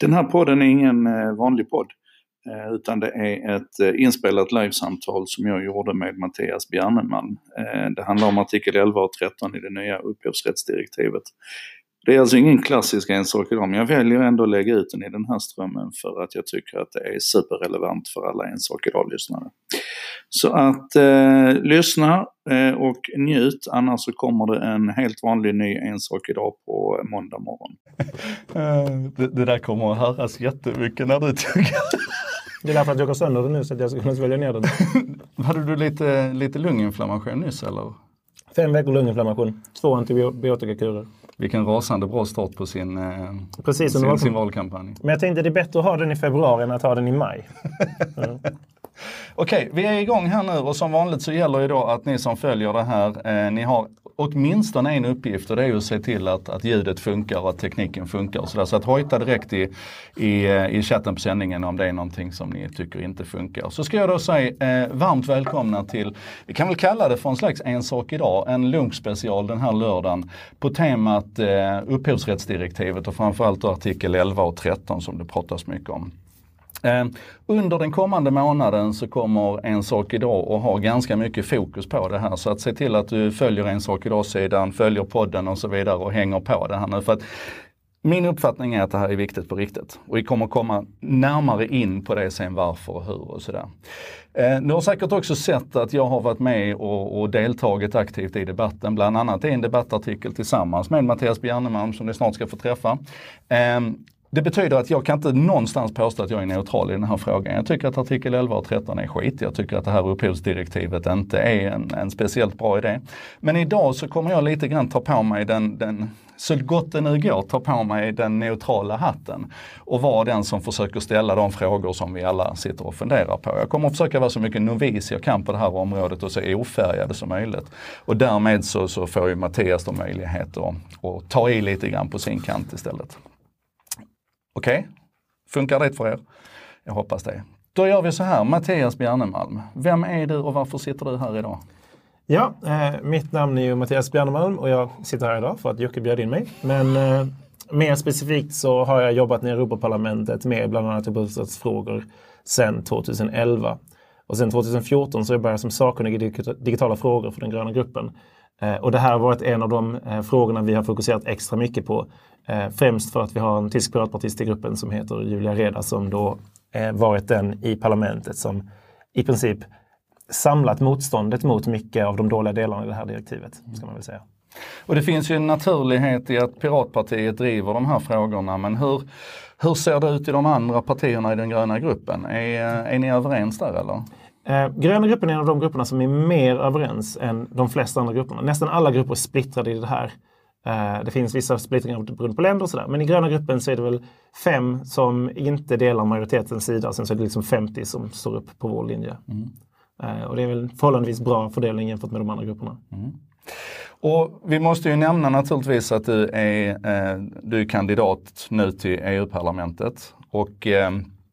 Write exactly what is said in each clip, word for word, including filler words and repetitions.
Den här podden är ingen vanlig podd, utan det är ett inspelat livesamtal som jag gjorde med Mattias Bjarnemalm. Det handlar om artikel elva och tretton i det nya upphovsrättsdirektivet. Det är alltså ingen klassisk en sak idag, men jag väljer ändå att lägga ut den i den här strömmen för att jag tycker att det är superrelevant för alla en sak idag-lyssnare. Så att eh, lyssna eh, och njut, annars så kommer det en helt vanlig ny en sak idag på måndag morgon. det, det där kommer att höras jättemycket när du tycker. Det är därför att jag går sönder det nu så att jag ska kunna svälja ner den. Hade du lite, lite lunginflammation nyss eller? Fem veckor lunginflammation, två antibiotikakurer. Vilken rasande bra start på sin, eh, Precis, sin, sin valkampanj. Men jag tänkte det är bättre att ha den i februari än att ha den i maj. Mm. Okej, vi är igång här nu och som vanligt så gäller ju då att ni som följer det här, eh, ni har åtminstone en uppgift och det är ju att se till att, att ljudet funkar och att tekniken funkar. Och så, där. Så att hojta direkt i, i, i chatten på sändningen om det är någonting som ni tycker inte funkar. Så ska jag då säga eh, varmt välkomna till, vi kan väl kalla det för en slags en sak idag, en lunchspecial den här lördagen på temat eh, upphovsrättsdirektivet och framförallt då artikel elva och tretton som det pratas mycket om. Eh, under den kommande månaden så kommer En sak idag att ha ganska mycket fokus på det här. Så att se till att du följer En sak idag-sidan, följer podden och så vidare och hänger på det här nu. För att min uppfattning är att det här är viktigt på riktigt. Och vi kommer komma närmare in på det sen varför och hur och sådär. Eh, du har säkert också sett att jag har varit med och, och deltagit aktivt i debatten. Bland annat i en debattartikel tillsammans med Mattias Bjarnemalm som ni snart ska få träffa. Eh, Det betyder att jag kan inte någonstans påstå att jag är neutral i den här frågan. Jag tycker att artikel elva och tretton är skit. Jag tycker att det här upphovsdirektivet inte är en, en speciellt bra idé. Men idag så kommer jag lite grann ta på mig den, den så gott det nu går, ta på mig den neutrala hatten. Och vara den som försöker ställa de frågor som vi alla sitter och funderar på. Jag kommer att försöka vara så mycket novis jag kan på det här området och så ofärgade som möjligt. Och därmed så, så får ju Mattias då möjlighet att, att ta i lite grann på sin kant istället. Okej, okay. Funkar det för er? Jag hoppas det. Då gör vi så här, Mattias Bjarnemalm. Vem är du och varför sitter du här idag? Ja, eh, mitt namn är ju Mattias Bjarnemalm och jag sitter här idag för att Jocke bjöd in mig. Men eh, mer specifikt så har jag jobbat i Europaparlamentet med bland annat upphovsrättsfrågor sedan tjugoelva. Och sedan tjugohundrafjorton så började jag som sakkunnig i digitala frågor för den gröna gruppen. Eh, och det här har varit en av de eh, frågorna vi har fokuserat extra mycket på. Eh, främst för att vi har en tysk piratpartist i gruppen som heter Julia Reda som då eh, varit den i parlamentet som i princip samlat motståndet mot mycket av de dåliga delarna i det här direktivet, ska man väl säga. Och det finns ju en naturlighet i att Piratpartiet driver de här frågorna, men hur, hur ser det ut i de andra partierna i den gröna gruppen? Är, är ni överens där eller? Eh, gröna gruppen är en av de grupperna som är mer överens än de flesta andra grupperna. Nästan alla grupper är splittrade i det här. Uh, det finns vissa splittringar beroende på länder och sådär. Men i gröna gruppen så är det väl fem som inte delar majoritetens sida. Sen så är det liksom femtio som står upp på vår linje. Mm. Uh, och det är väl förhållandevis bra fördelning jämfört med de andra grupperna. Mm. Och vi måste ju nämna naturligtvis att du är, eh, du är kandidat nu till E U-parlamentet. Och eh,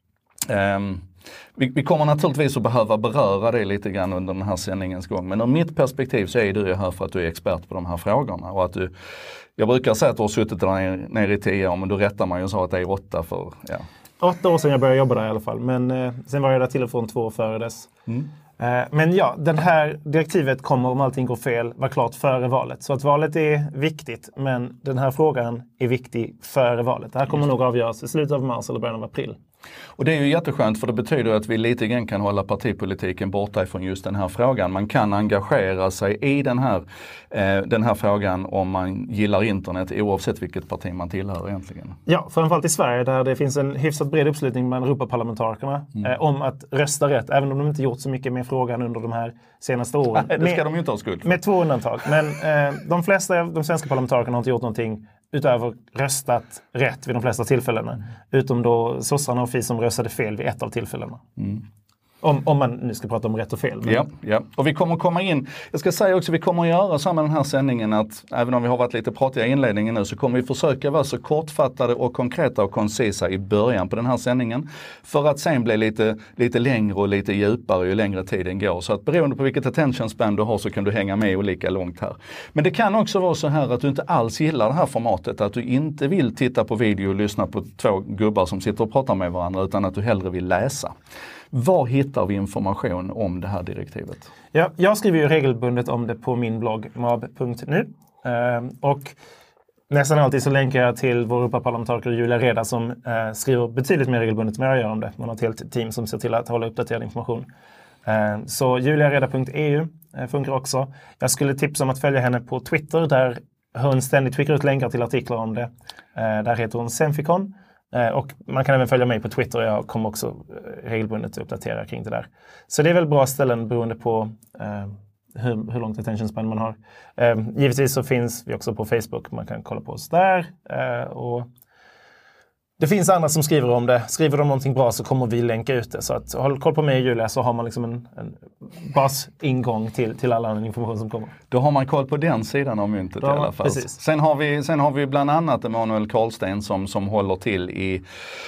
eh, Vi, vi kommer naturligtvis att behöva beröra det lite grann under den här sändningens gång. Men ur mitt perspektiv så är du här för att du är expert på de här frågorna. Och att du, jag brukar säga att du har suttit där nere i tio år, men då rättar man ju och sa att det är åtta för... Ja. Åtta år sedan jag började jobba där i alla fall. Men eh, sen var jag där till och från två år före dess. Mm. Eh, men ja, det här direktivet kommer om allting går fel vara klart före valet. Så att valet är viktigt, men den här frågan är viktig före valet. Det här kommer nog avgöras i slutet av mars eller början av april. Och det är ju jätteskönt för det betyder att vi lite grann kan hålla partipolitiken borta ifrån just den här frågan. Man kan engagera sig i den här, eh, den här frågan om man gillar internet oavsett vilket parti man tillhör egentligen. Ja, framförallt i Sverige där det finns en hyfsat bred uppslutning bland Europaparlamentarikerna mm. eh, om att rösta rätt. Även om de inte gjort så mycket med frågan under de här senaste åren. Nej, det ska med, de ju inte ha skuld för. Med två undantag. Men eh, de flesta av de svenska parlamentarikerna har inte gjort någonting utöver röstat rätt vid de flesta tillfällena. Mm. Utom då sossarna och Fi som röstade fel vid ett av tillfällena. Mm. Om, om man nu ska prata om rätt och fel. Men... Ja, ja, och vi kommer komma in, jag ska säga också, vi kommer att göra så med den här sändningen att även om vi har varit lite pratiga i inledningen nu så kommer vi försöka vara så kortfattade och konkreta och koncisa i början på den här sändningen. För att sen bli lite, lite längre och lite djupare ju längre tiden går. Så att beroende på vilket attention span du har så kan du hänga med olika långt här. Men det kan också vara så här att du inte alls gillar det här formatet, att du inte vill titta på video och lyssna på två gubbar som sitter och pratar med varandra utan att du hellre vill läsa. Var hittar vi information om det här direktivet? Ja, jag skriver ju regelbundet om det på min blogg mab punkt nu. Uh, och nästan alltid så länkar jag till vår Europaparlamentariker Julia Reda som uh, skriver betydligt mer regelbundet än jag gör om det. Man har ett helt team som ser till att hålla uppdaterad information. Uh, så juliareda punkt e u uh, funkar också. Jag skulle tipsa om att följa henne på Twitter där hon ständigt skickar ut länkar till artiklar om det. Uh, där heter hon Senfikon. Och man kan även följa mig på Twitter. Jag kommer också regelbundet uppdatera kring det där. Så det är väl bra ställen beroende på eh, hur, hur långt attention span man har. Eh, givetvis så finns vi också på Facebook. Man kan kolla på oss där. Eh, och det finns andra som skriver om det. Skriver de någonting bra så kommer vi länka ut det. Så att, håll koll på mig och Julia så har man liksom en, en basingång till, till all annan information som kommer. Då har man koll på den sidan av myntet ja, i alla fall. Precis. Sen har vi, sen har vi bland annat Emanuel Karlsten som, som håller till i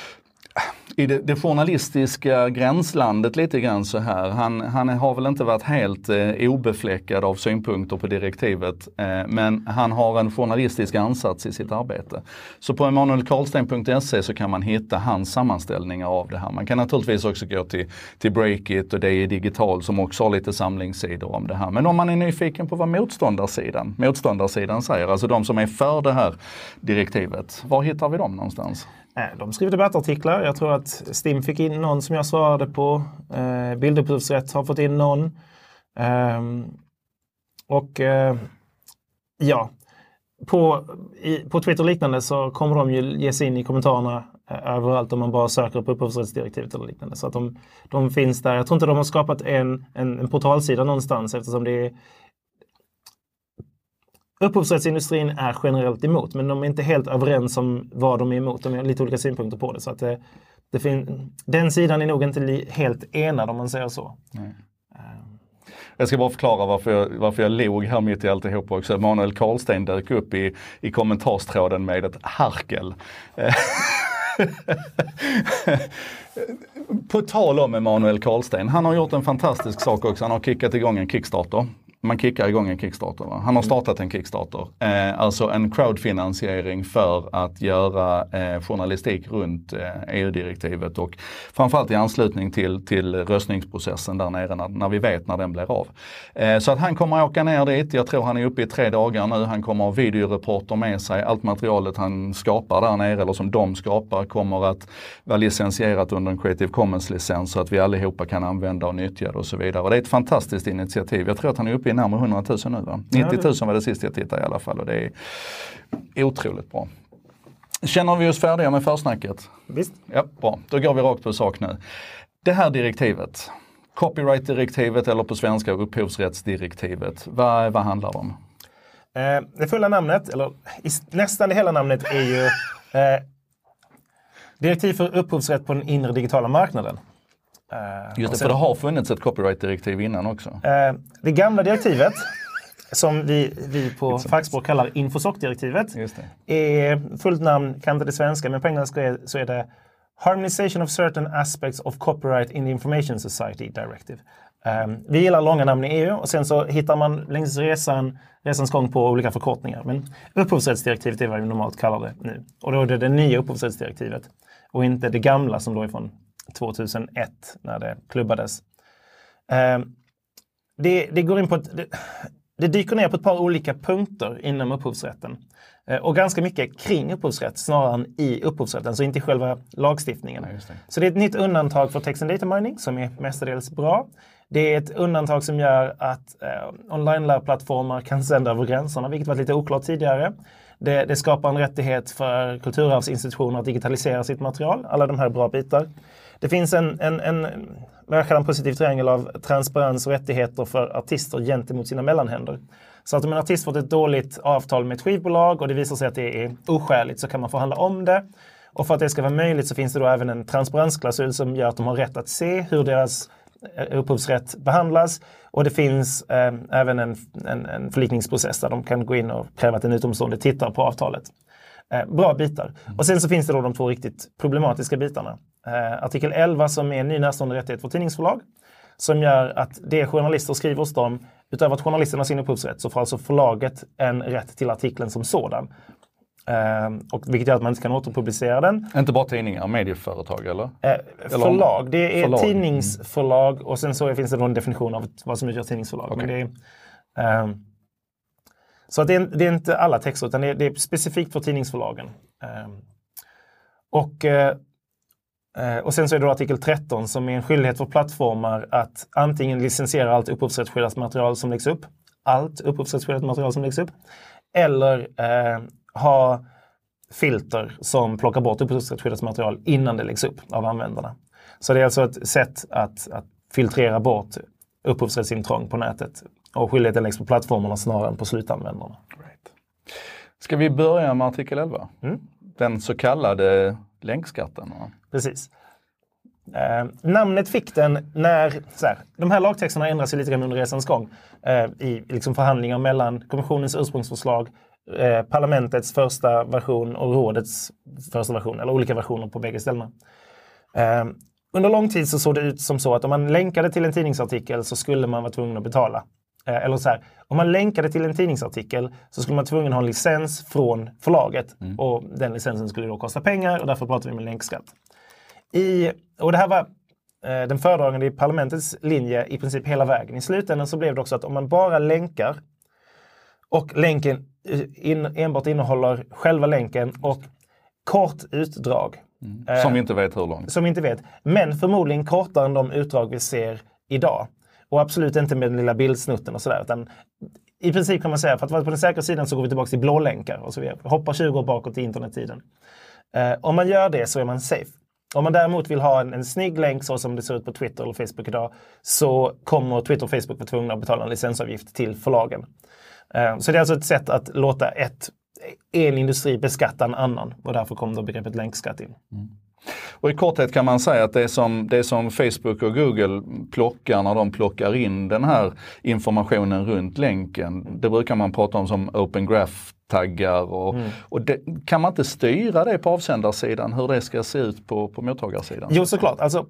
i det, det journalistiska gränslandet lite grann så här. Han, han har väl inte varit helt eh, obefläckad av synpunkter på direktivet. Eh, men han har en journalistisk ansats i sitt arbete. Så på emanuel karlsten punkt se så kan man hitta hans sammanställningar av det här. Man kan naturligtvis också gå till, till Breakit och det är digital som också har lite samlingssidor om det här. Men om man är nyfiken på vad motståndarsidan, motståndarsidan säger, alltså de som är för det här direktivet, var hittar vi dem någonstans? De skriver debattartiklar. Jag tror att Stim fick in någon som jag svarade på. Eh, Bildupphovsrätt har fått in någon. Eh, och eh, ja, på, i, på Twitter och liknande så kommer de ju ge sig in i kommentarerna eh, överallt om man bara söker på upphovsrättsdirektivet eller liknande. Så att de, de finns där. Jag tror inte de har skapat en, en, en portalsida någonstans eftersom det är upphovsrättsindustrin är generellt emot, men de är inte helt överens om vad de är emot. De har lite olika synpunkter på det. Så att det, det fin- den sidan är nog inte li- helt enad om man säger så. Nej. Jag ska bara förklara varför jag, varför jag log här mitt i alltihop också. Emanuel Karlsten dök upp i, i kommentarstråden med ett harkel. På tal om Emanuel Karlsten, han har gjort en fantastisk sak också. Han har kickat igång en Kickstarter. Man kickar igång en Kickstarter. Va? Han har startat en Kickstarter. Eh, alltså en crowdfinansiering för att göra eh, journalistik runt eh, E U-direktivet och framförallt i anslutning till, till röstningsprocessen där nere när, när vi vet när den blir av. Eh, så att han kommer att åka ner dit. Jag tror han är uppe i tre dagar nu. Han kommer att ha videoreporter med sig. Allt materialet han skapar där nere eller som de skapar kommer att vara licensierat under en Creative Commons-licens så att vi allihopa kan använda och nyttja det och så vidare. Och det är ett fantastiskt initiativ. Jag tror att han är uppe i närmare hundratusen nu va? nittio tusen var det sista jag tittade i alla fall och det är otroligt bra. Känner vi oss färdiga med försnacket? Visst. Ja, bra. Då går vi rakt på sak nu. Det här direktivet, copyright-direktivet eller på svenska upphovsrättsdirektivet, vad, vad handlar det om? Eh, det fulla namnet, eller nästan det hela namnet är ju eh, Direktiv för upphovsrätt på den inre digitala marknaden. Just det, sen, för det har funnits ett copyright-direktiv innan också. Eh, det gamla direktivet, som vi, vi på fackspråk kallar Infosoc-direktivet, är fullt namn, kan inte det svenska, men på engelska är, så är det Harmonization of certain aspects of copyright in the Information Society Directive. Eh, vi gillar långa namn i E U och sen så hittar man längs resan, resans gång på olika förkortningar. Men upphovsrättsdirektivet är vad vi normalt kallar det nu. Och då är det det nya upphovsrättsdirektivet och inte det gamla som då är från tvåtusenett när det klubbades. Eh, det, det går in på ett, det, det dyker ner på ett par olika punkter inom upphovsrätten. Eh, och ganska mycket kring upphovsrätt snarare än i upphovsrätten, så inte i själva lagstiftningen. Ja, det. Så det är ett nytt undantag för text and data mining som är mestadels bra. Det är ett undantag som gör att eh, online-lärplattformar kan sända över gränserna, vilket var lite oklart tidigare. Det, det skapar en rättighet för kulturarvsinstitutioner att digitalisera sitt material. Alla de här bra bitar. Det finns en, en, en, en positiv triangel av transparens och rättigheter för artister gentemot sina mellanhänder. Så att om en artist fått ett dåligt avtal med ett skivbolag och det visar sig att det är oskäligt så kan man förhandla om det. Och för att det ska vara möjligt så finns det då även en transparensklausul som gör att de har rätt att se hur deras upphovsrätt behandlas. Och det finns eh, även en, en, en förlikningsprocess där de kan gå in och kräva att en utomstående tittar på avtalet. Eh, bra bitar. Och sen så finns det då de två riktigt problematiska bitarna. Eh, artikel elva som är en ny närstående rättighet för tidningsförlag. Som gör att det journalister skriver hos dem, utöver att journalisterna har sin upphovsrätt, så får alltså förlaget en rätt till artikeln som sådan. Uh, och vilket gör att man inte kan återpublicera den. Inte bara tidningar, medieföretag eller? Uh, eller förlag, det är förlag. Tidningsförlag och sen så finns det en definition av vad som utgör tidningsförlag. Okay. Men det är, uh, så att det, är, det är inte alla texter utan det är, det är specifikt för tidningsförlagen. Uh, och, uh, och sen så är det då artikel tretton som är en skyldighet för plattformar att antingen licensiera allt upphovsrättsskyddat material som läggs upp. Allt upphovsrättsskyddat material som läggs upp. Eller uh, ha filter som plockar bort upphovsrättsskyddat material innan det läggs upp av användarna. Så det är alltså ett sätt att, att filtrera bort upphovsrättsintrång på nätet. Och skyldigheten läggs på plattformarna snarare än på slutanvändarna. Right. Ska vi börja med artikel elva? Mm. Den så kallade länkskatten. Va? Precis. Eh, namnet fick den när så här, de här lagtexterna ändras sig lite grann under resans gång. Eh, I liksom förhandlingar mellan kommissionens ursprungsförslag, Eh, parlamentets första version och rådets första version, eller olika versioner på bägge ställena. Eh, under lång tid så såg det ut som så att om man länkade till en tidningsartikel så skulle man vara tvungen att betala. Eh, eller så här, om man länkade till en tidningsartikel så skulle man tvungen att ha en licens från förlaget mm. och den licensen skulle då kosta pengar och därför pratar vi med länkskatt. I, och det här var eh, den föredragande i parlamentets linje i princip hela vägen. I slutändan så blev det också att om man bara länkar och länken in, enbart innehåller själva länken och kort utdrag. Mm. Som vi inte vet hur långt. Som vi inte vet. Men förmodligen kortare än de utdrag vi ser idag. Och absolut inte med den lilla bildsnutten och sådär. Utan i princip kan man säga, för att vara på den säkra sidan så går vi tillbaka till blå länkar. Och så vidare. Hoppar tjugo år bakåt i internettiden. Eh, om man gör det så är man safe. Om man däremot vill ha en, en snygg länk så som det ser ut på Twitter eller Facebook idag. Så kommer Twitter och Facebook vara tvungna att betala en licensavgift till förlagen. Så det är alltså ett sätt att låta ett, en industri beskatta en annan. Och därför kom då begreppet länkskatt in. Mm. Och i korthet kan man säga att det som, det som Facebook och Google plockar när de plockar in den här informationen runt länken. Det brukar man prata om som open graph-taggar. Och, mm. och det, kan man inte styra det på avsändarsidan hur det ska se ut på, på mottagarsidan? Jo, såklart. Alltså,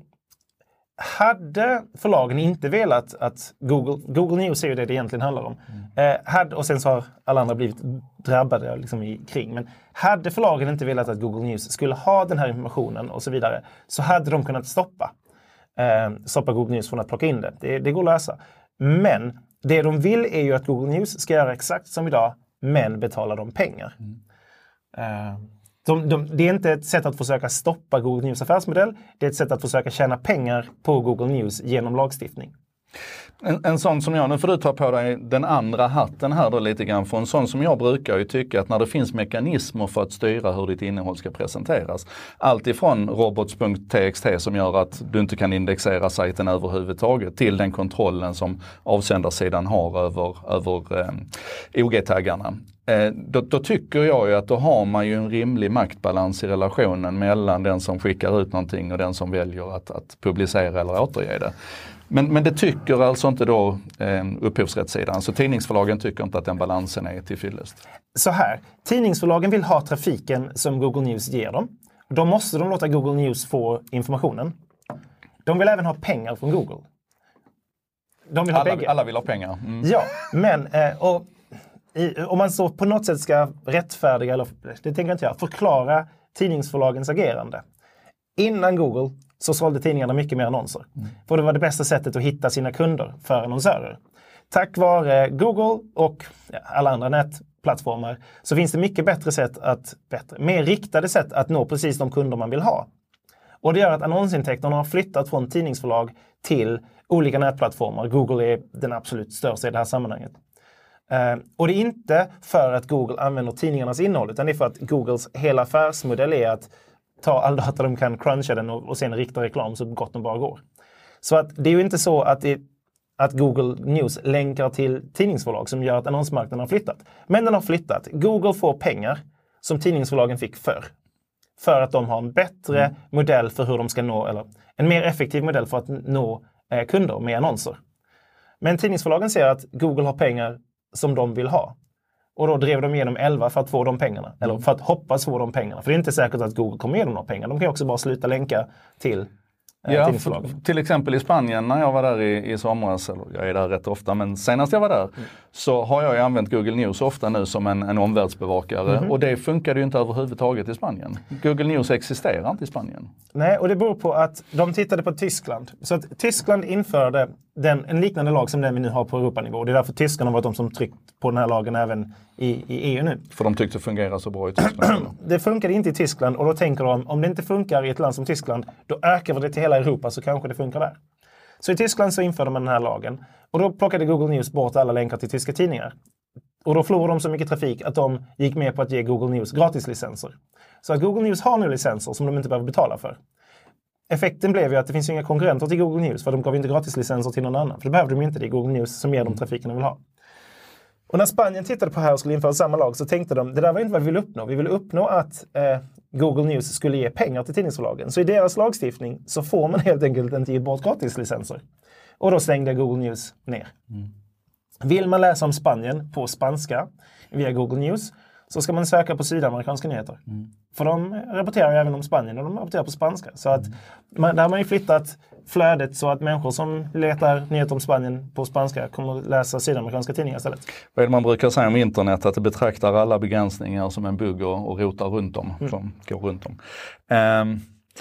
hade förlagen inte velat att Google, Google News är ju det det egentligen handlar om. Mm. Eh, hade, och sen så har alla andra blivit drabbade liksom i kring. Men hade förlagen inte velat att Google News skulle ha den här informationen och så vidare så hade de kunnat stoppa, eh, stoppa Google News från att plocka in det. det. Det går att lösa. Men det de vill är ju att Google News ska göra exakt som idag men betala dem pengar. Mm. Eh, De, de, det är inte ett sätt att försöka stoppa Google News affärsmodell. Det är ett sätt att försöka tjäna pengar på Google News genom lagstiftning. En, en sån som jag, nu får du ta på dig den andra hatten här då lite grann. För en sån som jag brukar ju tycka att när det finns mekanismer för att styra hur ditt innehåll ska presenteras. Allt ifrån robots punkt t x t som gör att du inte kan indexera sajten överhuvudtaget till den kontrollen som avsändarsidan har över, över eh, O G-taggarna. Eh, då, då tycker jag ju att då har man ju en rimlig maktbalans i relationen mellan den som skickar ut någonting och den som väljer att, att publicera eller återge det. Men, men det tycker alltså inte då eh, upphovsrättssidan. Så tidningsförlagen tycker inte att den balansen är tillfyllest. Så här, tidningsförlagen vill ha trafiken som Google News ger dem. Då måste de låta Google News få informationen. De vill även ha pengar från Google. De vill ha alla, bägge. alla vill ha pengar. Mm. Ja, men eh, och, i, om man så på något sätt ska rättfärdiga, eller det tänker jag inte jag, förklara tidningsförlagens agerande. Innan Google så sålde tidningarna mycket mer annonser. Mm. För det var det bästa sättet att hitta sina kunder för annonsörer. Tack vare Google och ja, alla andra nätplattformar så finns det mycket bättre sätt att, bättre, mer riktade sätt att nå precis de kunder man vill ha. Och det gör att annonsintäkterna har flyttat från tidningsförlag till olika nätplattformar. Google är den absolut största i det här sammanhanget. Uh, och det är inte för att Google använder tidningarnas innehåll utan det är för att Googles hela affärsmodell är att ta all data de kan, cruncha den och, och sen rikta reklam så gott de bara går. Så att det är ju inte så att, det, att Google News länkar till tidningsförlag som gör att annonsmarknaden har flyttat. Men den har flyttat. Google får pengar som tidningsförlagen fick förr. För att de har en bättre mm. modell för hur de ska nå, eller en mer effektiv modell för att nå eh, kunder med annonser. Men tidningsförlagen ser att Google har pengar som de vill ha. Och då drev de igenom elva för att få de pengarna. Mm. Eller för att hoppas få de pengarna. För det är inte säkert att Google kommer ge dem några pengar. De kan också bara sluta länka till Ja, för, till exempel i Spanien när jag var där i, i somras, eller jag är där rätt ofta, men senast jag var där mm. så har jag ju använt Google News ofta nu som en, en omvärldsbevakare mm. och det funkade ju inte överhuvudtaget i Spanien. Google News existerar inte i Spanien. Nej, och det beror på att de tittade på Tyskland. Så att Tyskland införde den, en liknande lag som den vi nu har på Europanivå. Det är därför tyskarna har varit de som tryckt på den här lagen även i, i E U nu. För de tyckte det fungerar så bra i Tyskland? Det funkade inte i Tyskland och då tänker de, om det inte funkar i ett land som Tyskland, då ökar vi det till hela Europa så kanske det funkar där. Så i Tyskland så införde man den här lagen och då plockade Google News bort alla länkar till tyska tidningar. Och då förlorade de så mycket trafik att de gick med på att ge Google News gratislicenser. Så att Google News har nu licenser som de inte behöver betala för. Effekten blev ju att det finns inga konkurrenter till Google News för de gav inte gratislicenser till någon annan. För det behövde de inte, det är Google News som ger dem trafiken de vill ha. Och när Spanien tittade på det här och skulle införa samma lag så tänkte de, det där var inte vad vi ville uppnå. Vi ville uppnå att eh, Google News skulle ge pengar till tidningsförlagen. Så i deras lagstiftning så får man helt enkelt inte ge bort gratislicenser. Och då stängde Google News ner. Mm. Vill man läsa om Spanien på spanska via Google News så ska man söka på sydamerikanska nyheter. Mm. För de rapporterar ju även om Spanien och de rapporterar på spanska. Så att man, där har man ju flyttat flödet så att människor som letar nyheter om Spanien på spanska kommer läsa sydamerikanska tidningar istället. Vad är det man brukar säga om internet? Att det betraktar alla begränsningar som en bugg och, och rotar runt om. Mm. Som går runt om. Um,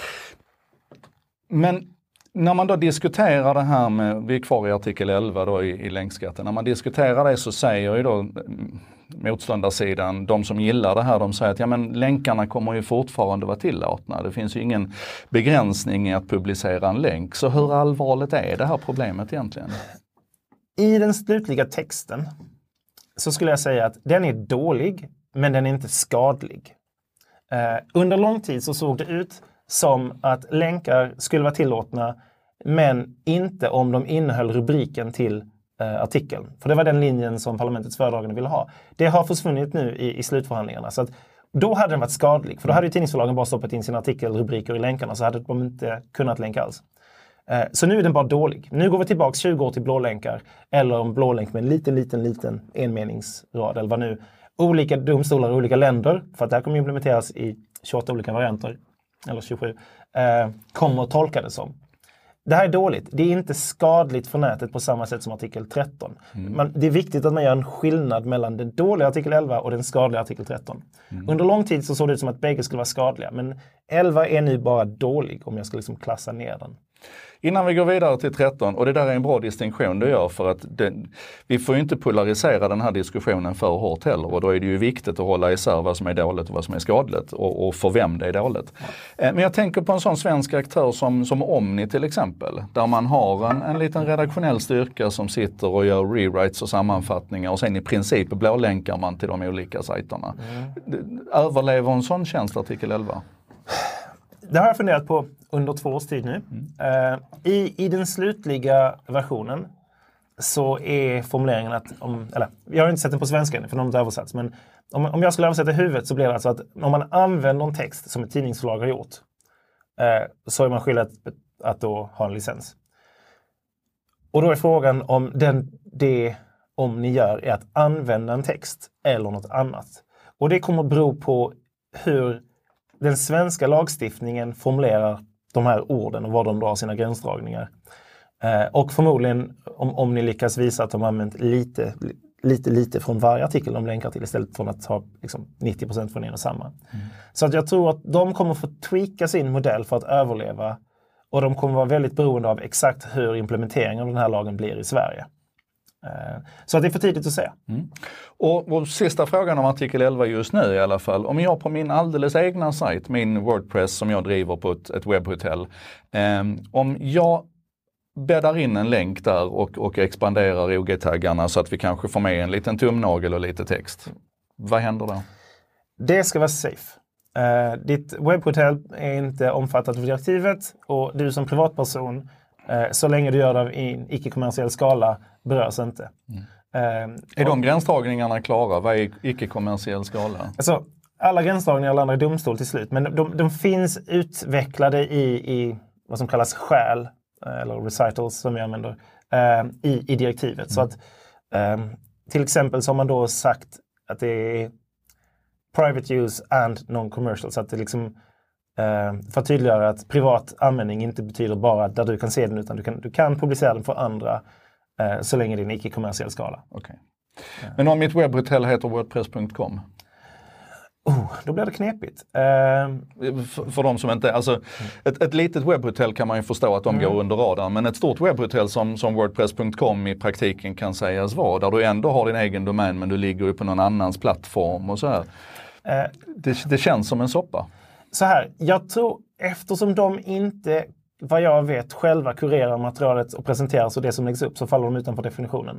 men när man då diskuterar det här med, vi är kvar i artikel elva då i, i länkskatten. När man diskuterar det så säger ju då motståndarsidan, de som gillar det här, de säger att ja, men länkarna kommer ju fortfarande vara tillåtna. Det finns ju ingen begränsning i att publicera en länk. Så hur allvarligt är det här problemet egentligen? I den slutliga texten så skulle jag säga att den är dålig, men den är inte skadlig. Eh, under lång tid så såg det ut som att länkar skulle vara tillåtna, men inte om de innehöll rubriken till eh, artikeln. För det var den linjen som parlamentets föredragande ville ha. Det har försvunnit nu i, i slutförhandlingarna. Så att då hade den varit skadlig. För då hade ju tidningsförlagen bara stoppat in sina artikelrubriker i länkarna så hade de inte kunnat länka alls. Eh, så nu är den bara dålig. Nu går vi tillbaka tjugo år till blålänkar. Eller en blålänk med en liten, liten, liten enmeningsrad. Eller vad nu. Olika domstolar i olika länder, för att det här kommer implementeras i tjugoåtta olika varianter. Eller tjugosju, eh, kommer att tolka det som. Det här är dåligt. Det är inte skadligt för nätet på samma sätt som artikel tretton. Mm. Man, det är viktigt att man gör en skillnad mellan den dåliga artikel elva och den skadliga artikel tretton. Mm. Under lång tid så såg det ut som att bägge skulle vara skadliga. Men elva är nu bara dålig om jag ska liksom klassa ner den. Innan vi går vidare till tretton, och det där är en bra distinktion du gör för att det, vi får ju inte polarisera den här diskussionen för hårt heller och då är det ju viktigt att hålla isär vad som är dåligt och vad som är skadligt och, och för vem det är dåligt. Ja. Men jag tänker på en sån svensk aktör som, som Omni till exempel, där man har en, en liten redaktionell styrka som sitter och gör rewrites och sammanfattningar och sen i princip blålänkar man till de olika sajterna. Mm. Överlever en sån tjänst artikel elva? Det har jag funderat på under två års tid nu. Mm. Uh, i, I den slutliga versionen så är formuleringen att, om, eller jag har inte sett den på svenska än för de har inte översatts, men om, om jag skulle översätta i huvudet så blir det alltså att om man använder en text som ett tidningsförlag har gjort uh, så är man skyldig att, att då ha en licens. Och då är frågan om den, det om ni gör är att använda en text eller något annat. Och det kommer bero på hur den svenska lagstiftningen formulerar de här orden och var de drar sina gränsdragningar. Eh, och förmodligen om, om ni lyckas visa att de har använt lite, lite, lite från varje artikel de länkar till istället för att ha liksom, nittio procent från en och samma. Mm. Så att jag tror att de kommer få tweaka sin modell för att överleva och de kommer vara väldigt beroende av exakt hur implementeringen av den här lagen blir i Sverige. Så att det är för tidigt att säga. Mm. Och, och sista frågan om artikel elva just nu i alla fall. Om jag på min alldeles egna sajt, min WordPress som jag driver på ett, ett webbhotell. Eh, om jag bäddar in en länk där och, och expanderar O G-taggarna så att vi kanske får med en liten tumnagel och lite text. Vad händer då? Det ska vara safe. Uh, ditt webbhotell är inte omfattat av direktivet och du som privatperson så länge du gör det av i icke-kommersiell skala berörs inte. Mm. Eh, är de gränsdragningarna klara? Vad är icke-kommersiell skala? Alltså, alla gränsdragningar landar i domstol till slut. Men de, de finns utvecklade i, i vad som kallas skäl. eller recitals som vi använder, eh, i, i direktivet. Mm. Så att eh, till exempel så har man då sagt att det är private use and non-commercial. Så att det liksom eh, för att tydliggöra att privat användning inte betyder bara där du kan se den, utan du kan, du kan publicera den för andra eh, så länge det är en icke-kommersiell skala. Okay. Ja. Men om mitt webbhotell heter wordpress punkt com? Oh, då blir det knepigt. Uh, för, för de som inte, alltså mm. ett, ett litet webbhotell kan man ju förstå att de mm. går under radarn, men ett stort webbhotell som, som wordpress punkt com i praktiken kan sägas vara, där du ändå har din egen domän men du ligger ju på någon annans plattform och så här. Uh, det, det känns som en soppa. Så här, jag tror eftersom de inte, vad jag vet, själva kurerar materialet och presenterar så det som läggs upp, så faller de utanför definitionen.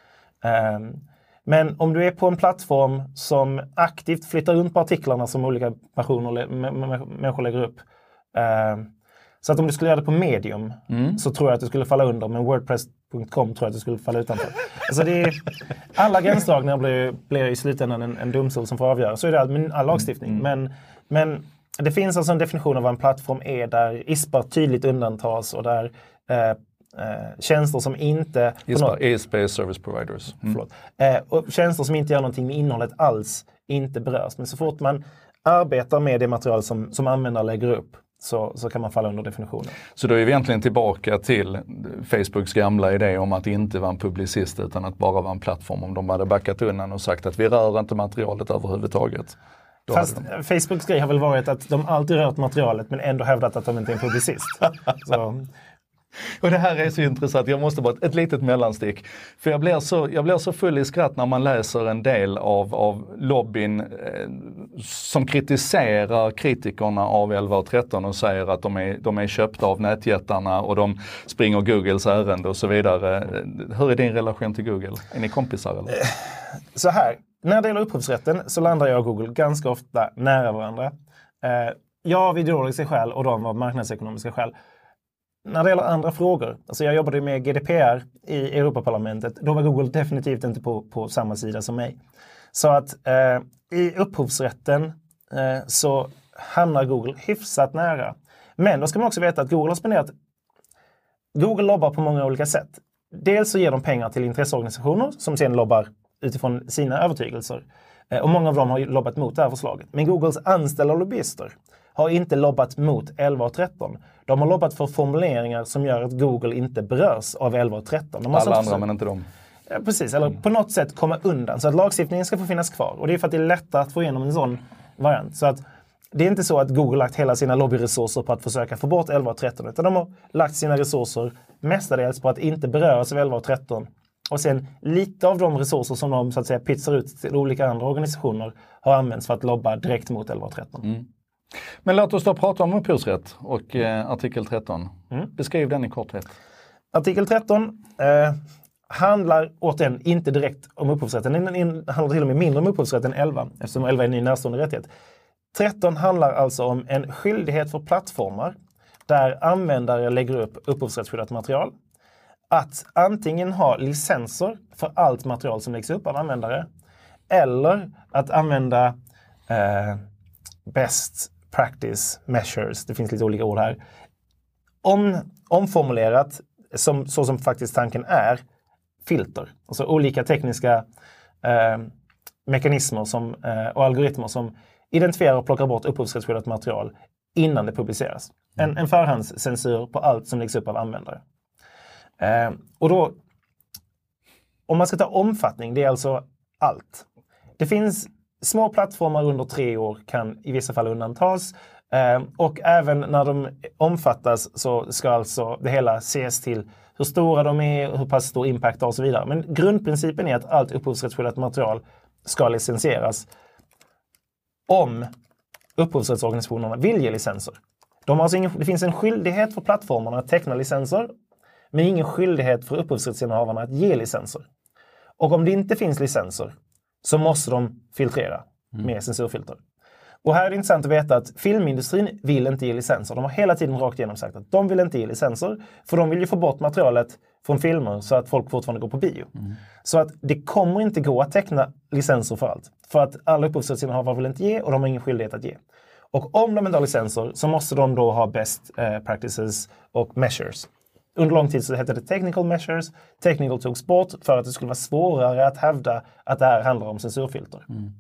Uh, Men om du är på en plattform som aktivt flyttar runt på artiklarna som olika personer, människor lägger upp. Eh, så att om du skulle göra det på Medium mm. så tror jag att du skulle falla under. Men wordpress punkt com tror jag att du skulle falla utanför. Alltså det är, alla gränsdragningar blir, blir i slutändan en, en domstol som får avgöra. Så är det all, all lagstiftning. Mm. Men, men det finns alltså en definition av vad en plattform är där I S P A tydligt undantas och där eh, Eh, tjänster som inte... I S P A, något, I S P Service Providers. Mm. Förlåt. Eh, och tjänster som inte gör någonting med innehållet alls inte berörs. Men så fort man arbetar med det material som, som användare lägger upp så, så kan man falla under definitionen. Så då är vi egentligen tillbaka till Facebooks gamla idé om att inte vara en publicist utan att bara vara en plattform. Om de hade backat undan och sagt att vi rör inte materialet överhuvudtaget. Fast de... Facebooks grej har väl varit att de alltid rört materialet men ändå hävdat att de inte är en publicist. Så... Och det här är så intressant, jag måste bara ett litet mellanstick. För jag blir så, jag blir så full i skratt när man läser en del av, av lobbyn eh, som kritiserar kritikerna av elva och tretton och säger att de är, de är köpta av nätjättarna och de springer Googles ärende och så vidare. Hur är din relation till Google? Är ni kompisar eller? Så här, när det gäller upphovsrätten så landar jag och Google ganska ofta nära varandra. Eh, jag av ideologiska skäl och de av marknadsekonomiska skäl. När det gäller andra frågor, alltså jag jobbade med G D P R i Europaparlamentet, då var Google definitivt inte på, på samma sida som mig. Så att eh, i upphovsrätten eh, så hamnar Google hyfsat nära. Men då ska man också veta att Google har spenderat, Google lobbar på många olika sätt. Dels så ger de pengar till intresseorganisationer som sedan lobbar utifrån sina övertygelser. Eh, och många av dem har lobbat mot det här förslaget. Men Googles anställda lobbyister har inte lobbat mot elva och tretton. De har lobbat för formuleringar som gör att Google inte berörs av elva och tretton. De har Alla andra, men inte de. Ja, precis, eller mm. på något sätt komma undan så att lagstiftningen ska få finnas kvar. Och det är för att det är lättare att få igenom en sån variant. Så att det är inte så att Google lagt hela sina lobbyresurser på att försöka få bort elva och tretton. Utan de har lagt sina resurser mestadels på att inte beröras av elva och tretton. Och sen lite av de resurser som de så att säga pytsar ut till olika andra organisationer har använts för att lobba direkt mot elva och tretton. Mm. Men låt oss då prata om upphovsrätt och eh, artikel tretton. Mm. Beskriv den i korthet. Artikel tretton eh, handlar återigen inte direkt om upphovsrätten. Den handlar till och med mindre om upphovsrätten än elva, eftersom elva är en ny närstående rättighet. tretton handlar alltså om en skyldighet för plattformar där användare lägger upp upphovsrättsskyddat material. Att antingen ha licenser för allt material som läggs upp av användare eller att använda eh, best practice measures, det finns lite olika ord här, Om, omformulerat som, så som faktiskt tanken är, filter. Alltså olika tekniska eh, mekanismer som, eh, och algoritmer som identifierar och plockar bort upphovsrättsskyddat material innan det publiceras. En, en förhandscensur på allt som läggs upp av användare. Eh, och då, om man ska ta omfattning, det är alltså allt. Det finns små plattformar under tre år kan i vissa fall undantas. Eh, och även när de omfattas så ska alltså det hela ses till hur stora de är, hur pass stor impact och så vidare. Men grundprincipen är att allt upphovsrättsskyddat material ska licensieras om upphovsrättsorganisationerna vill ge licenser. De har alltså ingen, det finns en skyldighet för plattformarna att teckna licenser, men ingen skyldighet för upphovsrättsinnehavarna att ge licenser. Och om det inte finns licenser så måste de filtrera med mm. censurfilter. Och här är det intressant att veta att filmindustrin vill inte ge licenser. De har hela tiden rakt igenom sagt att de vill inte ge licenser. För de vill ju få bort materialet från filmer så att folk fortfarande går på bio. Mm. Så att det kommer inte gå att teckna licenser för allt. För att alla upphovsrättsinnehavare vill inte ge och de har ingen skyldighet att ge. Och om de inte har licenser så måste de då ha best eh, practices och measures. under lång tid så hette det technical measures. Technical togs bort för att det skulle vara svårare att hävda att det här handlar om censurfilter. Mm.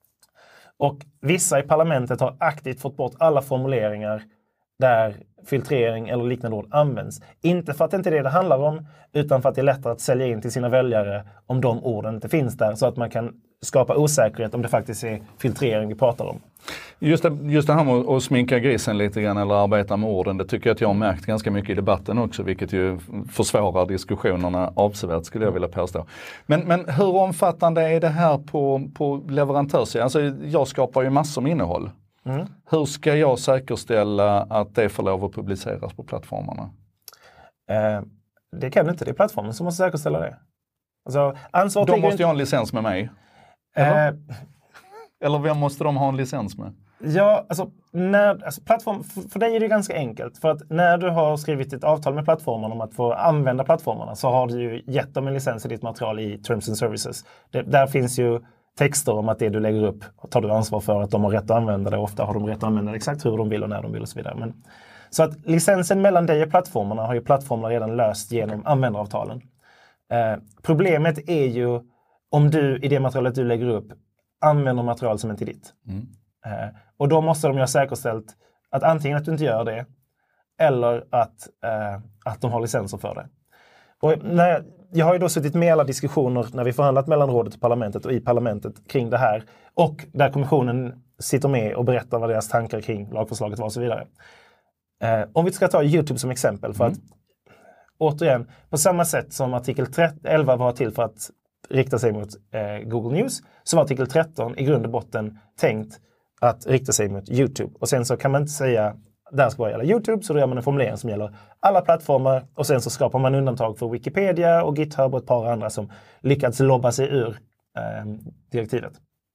Och vissa i parlamentet har aktivt fått bort alla formuleringar där filtrering eller liknande ord används. Inte för att det inte är det det handlar om, utan för att det är lättare att sälja in till sina väljare om de orden inte finns där, så att man kan skapa osäkerhet om det faktiskt är filtrering vi pratar om. Just det, just det här med att sminka grisen lite grann eller arbeta med orden, det tycker jag att jag har märkt ganska mycket i debatten också, vilket ju försvårar diskussionerna avsevärt, skulle jag vilja påstå. Men, men hur omfattande är det här på, på leverantörssidan? Alltså jag skapar ju massor med innehåll. Mm. Hur ska jag säkerställa att det får lov att publiceras på plattformarna? Eh, det kan du inte, det är plattformen som måste säkerställa det. Alltså, ansvaret de måste inte... ju ha en licens med mig. Eller? Eh... Eller vem måste de ha en licens med? Ja, alltså, när, alltså plattform, för, för dig är det ganska enkelt. För att när du har skrivit ett avtal med plattformarna om att få använda plattformarna, så har du ju gett dem en licens i ditt material i Terms and Services. Det, där finns ju texter om att det du lägger upp tar du ansvar för att de har rätt att använda det. Ofta har de rätt att använda det exakt hur de vill och när de vill och så vidare. Men, så att licensen mellan dig och plattformarna har ju plattformarna redan löst genom användaravtalen. Eh, problemet är ju om du i det materialet du lägger upp använder material som inte är ditt. Mm. Eh, och då måste de ju ha säkerställt att antingen att du inte gör det eller att, eh, att de har licenser för det. Och när, jag har ju då suttit med alla diskussioner när vi förhandlat mellan rådet och parlamentet och i parlamentet kring det här, och där kommissionen sitter med och berättar vad deras tankar kring lagförslaget var och så vidare. Eh, om vi ska ta YouTube som exempel, för mm. att återigen, på samma sätt som artikel elva var till för att rikta sig mot eh, Google News, så var artikel tretton i grund och botten tänkt att rikta sig mot YouTube. Och sen så kan man inte säga där ska bara gälla YouTube, så då gör man en formulering som gäller alla plattformar, och sen så skapar man undantag för Wikipedia och GitHub och ett par andra som lyckats lobba sig ur eh, direktivet.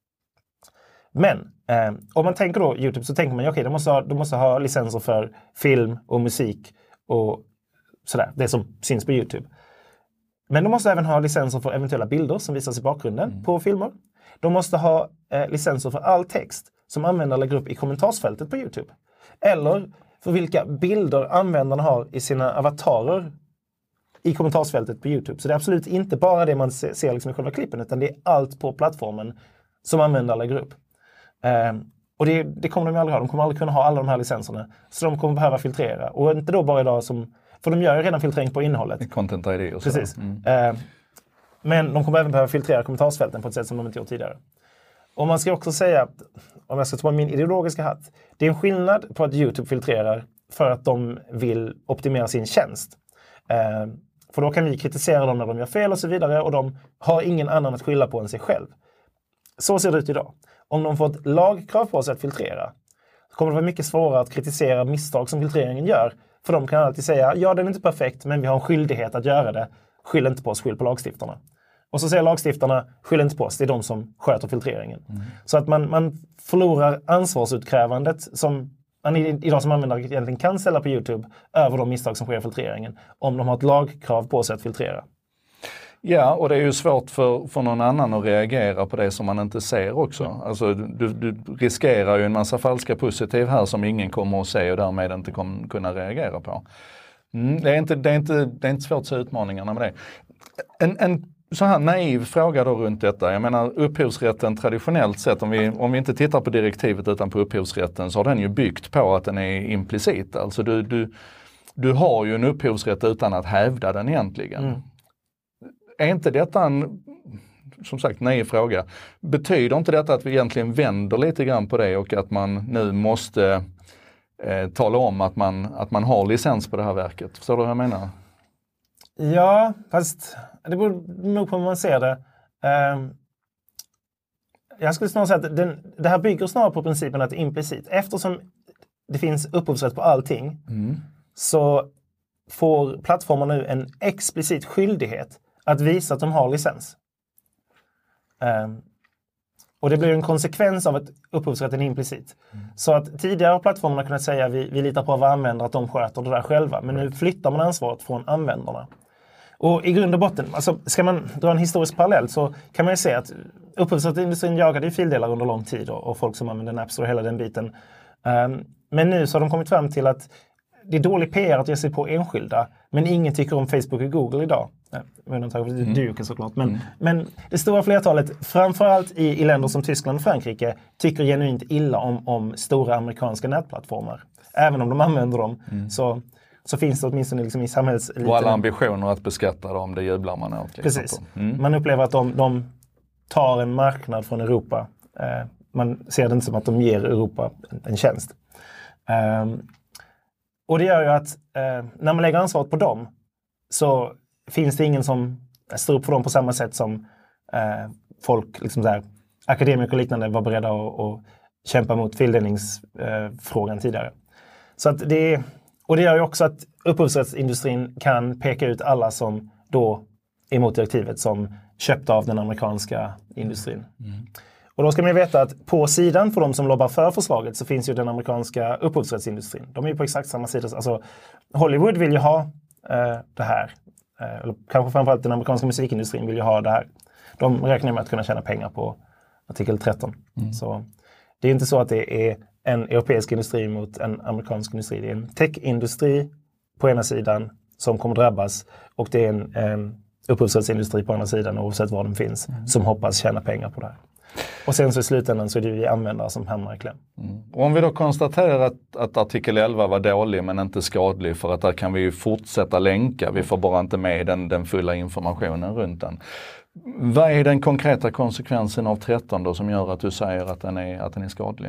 Men eh, om man tänker då YouTube, så tänker man ju okej, okay, de måste ha, de måste ha licenser för film och musik och sådär, det som syns på YouTube. Men de måste även ha licenser för eventuella bilder som visas i bakgrunden mm. på filmer. De måste ha eh, licenser för all text som användare lägger upp i kommentarsfältet på YouTube. Eller för vilka bilder användarna har i sina avatarer i kommentarsfältet på YouTube. Så det är absolut inte bara det man ser, ser liksom i själva klippen, utan det är allt på plattformen som användare lägger upp. Eh, och det, det kommer de ju aldrig ha. De kommer aldrig kunna ha alla de här licenserna. Så de kommer behöva filtrera. Och inte då bara idag som... För de gör ju redan filtrering på innehållet. Content I D och så. Precis. Mm. Eh, men de kommer även behöva filtrera kommentarsfälten på ett sätt som de inte gjort tidigare. Och man ska också säga, att, om jag ska ta min ideologiska hatt, det är en skillnad på att YouTube filtrerar för att de vill optimera sin tjänst. Eh, för då kan vi kritisera dem när de gör fel och så vidare, och de har ingen annan att skylla på än sig själv. Så ser det ut idag. Om de får ett lagkrav på sig att filtrera, så kommer det vara mycket svårare att kritisera misstag som filtreringen gör. För de kan alltid säga, ja, den är inte perfekt, men vi har en skyldighet att göra det. Skyll inte på oss, skyll på lagstiftarna. Och så säger lagstiftarna, skyll inte på oss, det är de som sköter filtreringen. Mm. Så att man, man förlorar ansvarsutkrävandet som man idag som användare egentligen kan ställa på YouTube över de misstag som sker i filtreringen, om de har ett lagkrav på sig att filtrera. Ja, och det är ju svårt för, för någon annan att reagera på det som man inte ser också. Mm. Alltså, du, du riskerar ju en massa falska positiv här som ingen kommer att se och därmed inte kommer kunna reagera på. Mm, det, är inte, det, är inte, det är inte svårt att se utmaningarna med det. En, en så här naiv fråga då runt detta. Jag menar, upphovsrätten traditionellt sett, om vi, om vi inte tittar på direktivet utan på upphovsrätten, så har den ju byggt på att den är implicit. Alltså du, du, du har ju en upphovsrätt utan att hävda den egentligen. Mm. Är inte detta en, som sagt, naiv fråga? Betyder inte detta att vi egentligen vänder lite grann på det och att man nu måste eh, tala om att man, att man har licens på det här verket? Förstår du vad jag menar? Ja, fast det beror nog på hur man ser det. Um, jag skulle snarare säga att den, det här bygger snarare på principen att det är implicit. Eftersom det finns upphovsrätt på allting mm. så får plattformarna nu en explicit skyldighet att visa att de har licens. Um, och det blir en konsekvens av att upphovsrätten är implicit. Mm. Så att tidigare har plattformarna kunnat säga att vi, vi litar på vad användare att de sköter det där själva. Men nu flyttar man ansvaret från användarna. Och i grund och botten, alltså ska man dra en historisk parallell, så kan man ju se att upphovsrättsindustrin jagade fildelar under lång tid och, och folk som använder Napster och hela den biten. Um, men nu så har de kommit fram till att det är dålig P R att ge sig på enskilda. Men ingen tycker om Facebook och Google idag. Med undantag för Duke såklart. Men, Mm. men det stora flertalet, framförallt i, i länder som Tyskland och Frankrike, tycker genuint illa om, om stora amerikanska nätplattformar. Även om de använder dem Mm. så, så finns det åtminstone liksom i samhällseliten. Och alla ambitioner att beskatta dem, det jublar man åt. Precis. Mm. Man upplever att de, de tar en marknad från Europa. Eh, man ser det inte som att de ger Europa en, en tjänst. Um, och det gör ju att eh, när man lägger ansvaret på dem så finns det ingen som står upp för dem på samma sätt som eh, folk, liksom där, akademiker och liknande, var beredda att, att kämpa mot fildelningsfrågan eh, tidigare. Så att det, och det gör ju också att upphovsrättsindustrin kan peka ut alla som då är emot direktivet som köpta av den amerikanska industrin. Mm. Och då ska man ju veta att på sidan för de som lobbar för förslaget så finns ju den amerikanska upphovsrättsindustrin. De är ju på exakt samma sida. Alltså Hollywood vill ju ha eh, det här. Eh, eller kanske framförallt den amerikanska musikindustrin vill ju ha det här. De räknar med att kunna tjäna pengar på artikel tretton. Mm. Så det är inte så att det är en europeisk industri mot en amerikansk industri. Det är en techindustri på ena sidan som kommer drabbas och det är en eh, upphovsrättsindustri på andra sidan oavsett var den finns mm. som hoppas tjäna pengar på det här. Och sen så i slutändan så är det vi användare som hamnar i kläm. Mm. Och om vi då konstaterar att, att artikel elva var dålig men inte skadlig, för att där kan vi ju fortsätta länka, vi får bara inte med den, den fulla informationen runt den. Vad är den konkreta konsekvensen av tretton då som gör att du säger att den är, att den är skadlig?